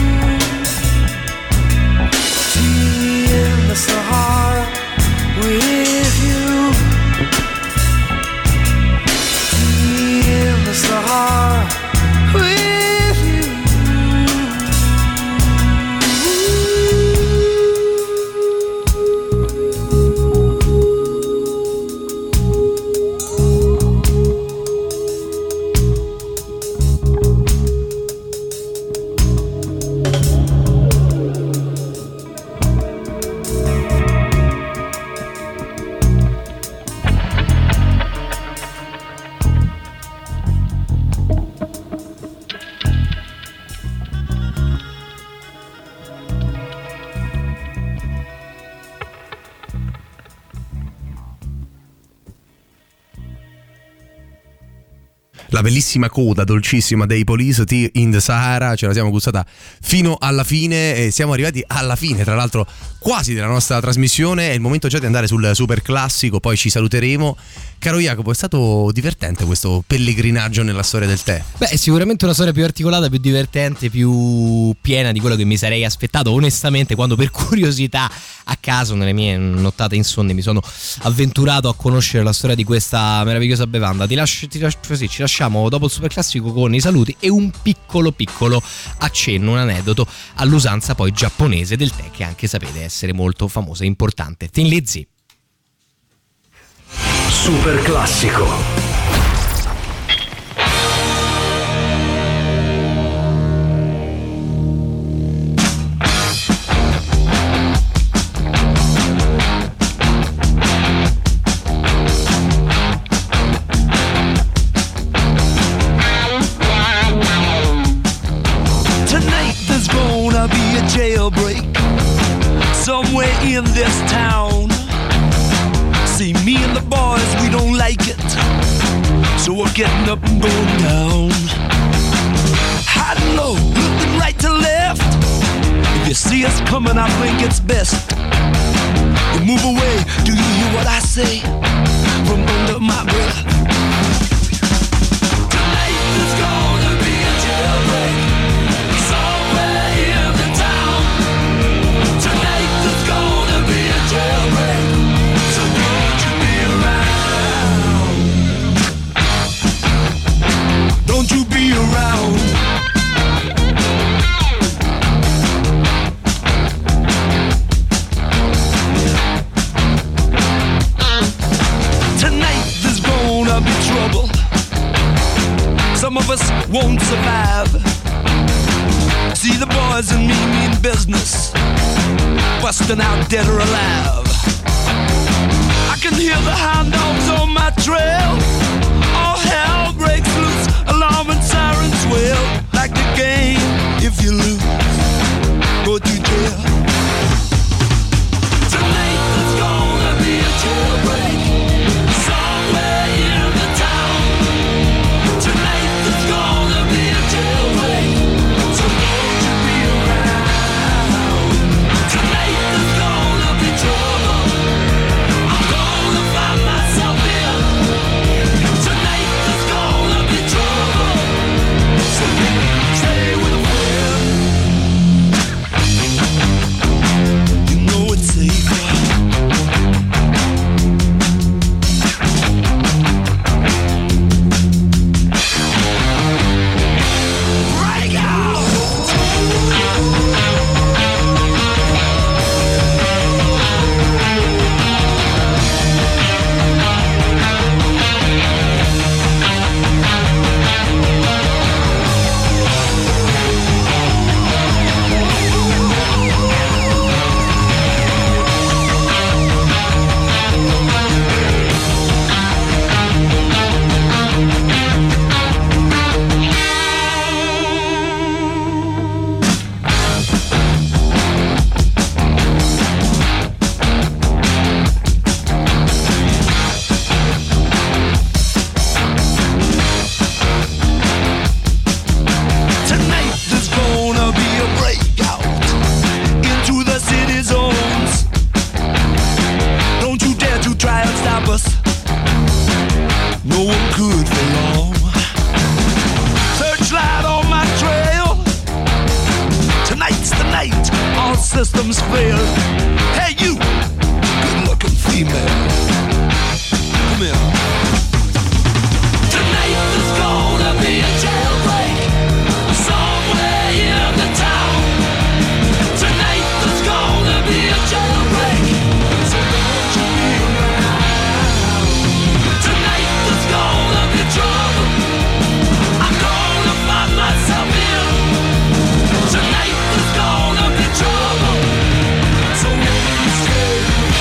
tea in the Sahara with you, tea in the Sahara with you. La bellissima coda dolcissima dei Police, Tea in the Sahara, ce la siamo gustata fino alla fine e siamo arrivati alla fine, tra l'altro quasi della nostra trasmissione. È il momento già di andare sul super classico, poi ci saluteremo. Caro Jacopo, è stato divertente questo pellegrinaggio nella storia del tè? Beh, è sicuramente una storia più articolata, più divertente, più piena di quello che mi sarei aspettato onestamente, quando per curiosità a caso nelle mie nottate insonne mi sono avventurato a conoscere la storia di questa meravigliosa bevanda. Ti lascio, ti lascio così, ci lasciamo dopo il super classico con i saluti e un piccolo piccolo accenno, un aneddoto all'usanza poi giapponese del tè, che anche sapete essere molto famosa e importante. Thin Lizzy. Super classico. Jailbreak somewhere in this town. See, me and the boys, we don't like it, so we're getting up and going down. High and low, looking right to left. If you see us coming, I think it's best you move away. Do you hear what I say from under my breath? Tonight there's gonna be a jailbreak somewhere in the town. Tonight there's gonna be a jailbreak, so won't you be around? Don't you be around. Tonight there's gonna be trouble. Some of us won't survive. See the boys and me mean business, busting out dead or alive. I can hear the hound dogs on my trail. All hell breaks loose, alarm and sirens wail. Like the game, if you lose, go to jail. Tonight there's gonna be a jailbreak somewhere in the town. Tonight there's gonna be a jailbreak, so won't you be around? Tonight there's gonna be trouble. I'm gonna find myself in no one could for long. Searchlight on my trail, tonight's the night all systems fail. Hey you, good looking female, come here. Tonight there's gonna be a jailbreak somewhere in the town. Tonight there's gonna be a jailbreak, so don't you be around. Tonight there's gonna be trouble, I'm gonna find myself in. Tonight there's gonna be trouble, so don't stay.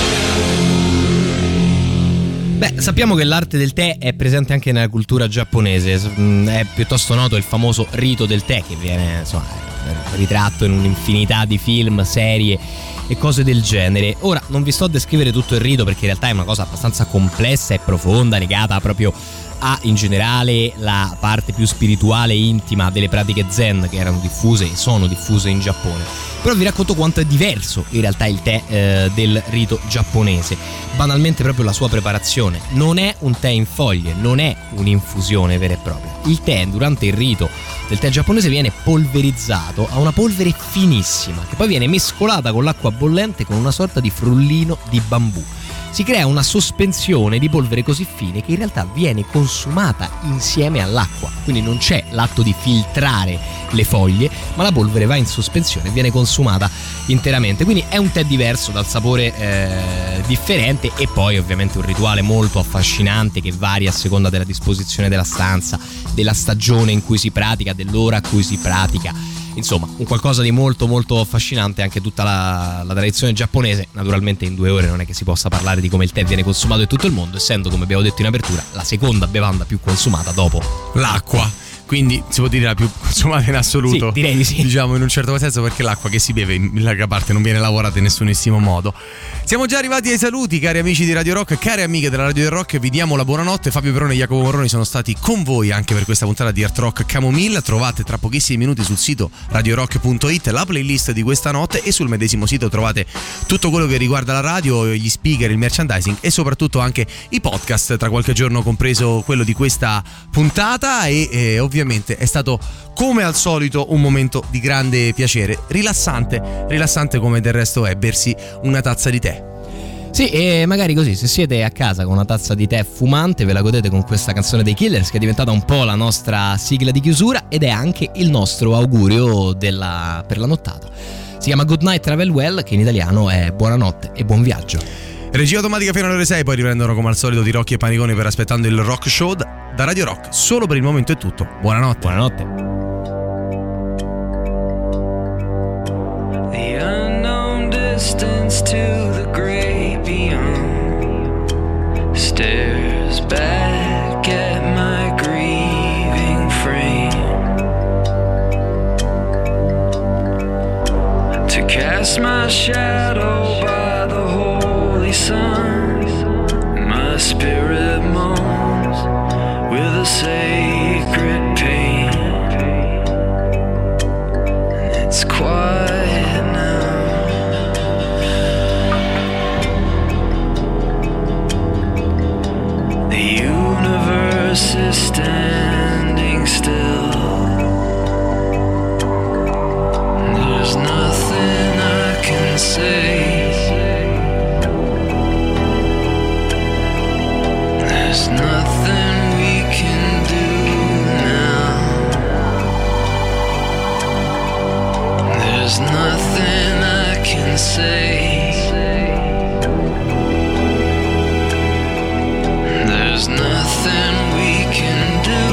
Beh, sappiamo che l'arte del tè è presente anche nella cultura giapponese. È piuttosto noto il famoso rito del tè, che viene insomma ritratto in un'infinità di film, serie e cose del genere. Ora non vi sto a descrivere tutto il rito perché in realtà è una cosa abbastanza complessa e profonda, legata proprio a in generale la parte più spirituale e intima delle pratiche zen che erano diffuse e sono diffuse in Giappone. Però vi racconto quanto è diverso in realtà il tè eh, del rito giapponese. Banalmente proprio la sua preparazione. Non è un tè in foglie, non è un'infusione vera e propria. Il tè durante il rito del tè giapponese viene polverizzato a una polvere finissima che poi viene mescolata con l'acqua bollente con una sorta di frullino di bambù. Si crea una sospensione di polvere così fine che in realtà viene consumata insieme all'acqua, quindi non c'è l'atto di filtrare le foglie, ma la polvere va in sospensione e viene consumata interamente. Quindi è un tè diverso, dal sapore eh, differente, e poi ovviamente un rituale molto affascinante che varia a seconda della disposizione della stanza, della stagione in cui si pratica, dell'ora a cui si pratica. Insomma, un qualcosa di molto molto affascinante anche tutta la, la tradizione giapponese. Naturalmente in due ore non è che si possa parlare di come il tè viene consumato in tutto il mondo, essendo, come abbiamo detto in apertura, la seconda bevanda più consumata dopo l'acqua. Quindi si può dire la più consumata in assoluto. Sì, direi di sì. Diciamo in un certo senso, perché l'acqua che si beve in larga parte non viene lavorata in nessunissimo modo. Siamo già arrivati ai saluti, cari amici di Radio Rock, cari amiche della Radio del Rock, vi diamo la buonanotte. Fabio Perone e Jacopo Morroni sono stati con voi anche per questa puntata di Art Rock Camomilla. Trovate tra pochissimi minuti sul sito radio rock punto it la playlist di questa notte, e sul medesimo sito trovate tutto quello che riguarda la radio, gli speaker, il merchandising e soprattutto anche i podcast, tra qualche giorno compreso quello di questa puntata. E eh, ovviamente è stato, come al solito, un momento di grande piacere, rilassante, rilassante come del resto è bersi una tazza di tè. Sì, e magari così, se siete a casa con una tazza di tè fumante, ve la godete con questa canzone dei Killers, che è diventata un po' la nostra sigla di chiusura ed è anche il nostro augurio della, per la nottata. Si chiama Good Night Travel Well, che in italiano è buonanotte e buon viaggio. Regia automatica fino alle ore sei, poi riprendono come al solito Tirocchi e Paniconi per Aspettando il Rock Show. Da Radio Rock solo per il momento è tutto. Buonanotte. Buonanotte. The unknown distance to the great beyond stares back at my grieving frame to cast my shadow by the holy sun. My spirit moans with a sacred pain, and it's quiet now. The universe is standing still. There's nothing I can say. There's nothing we can do now. There's nothing I can say. There's nothing we can do.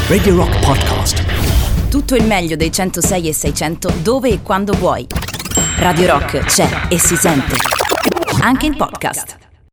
Radio Rock Podcast. Tutto il meglio dei centosei e seicento dove e quando vuoi. Radio Rock c'è e si sente. Anche in podcast.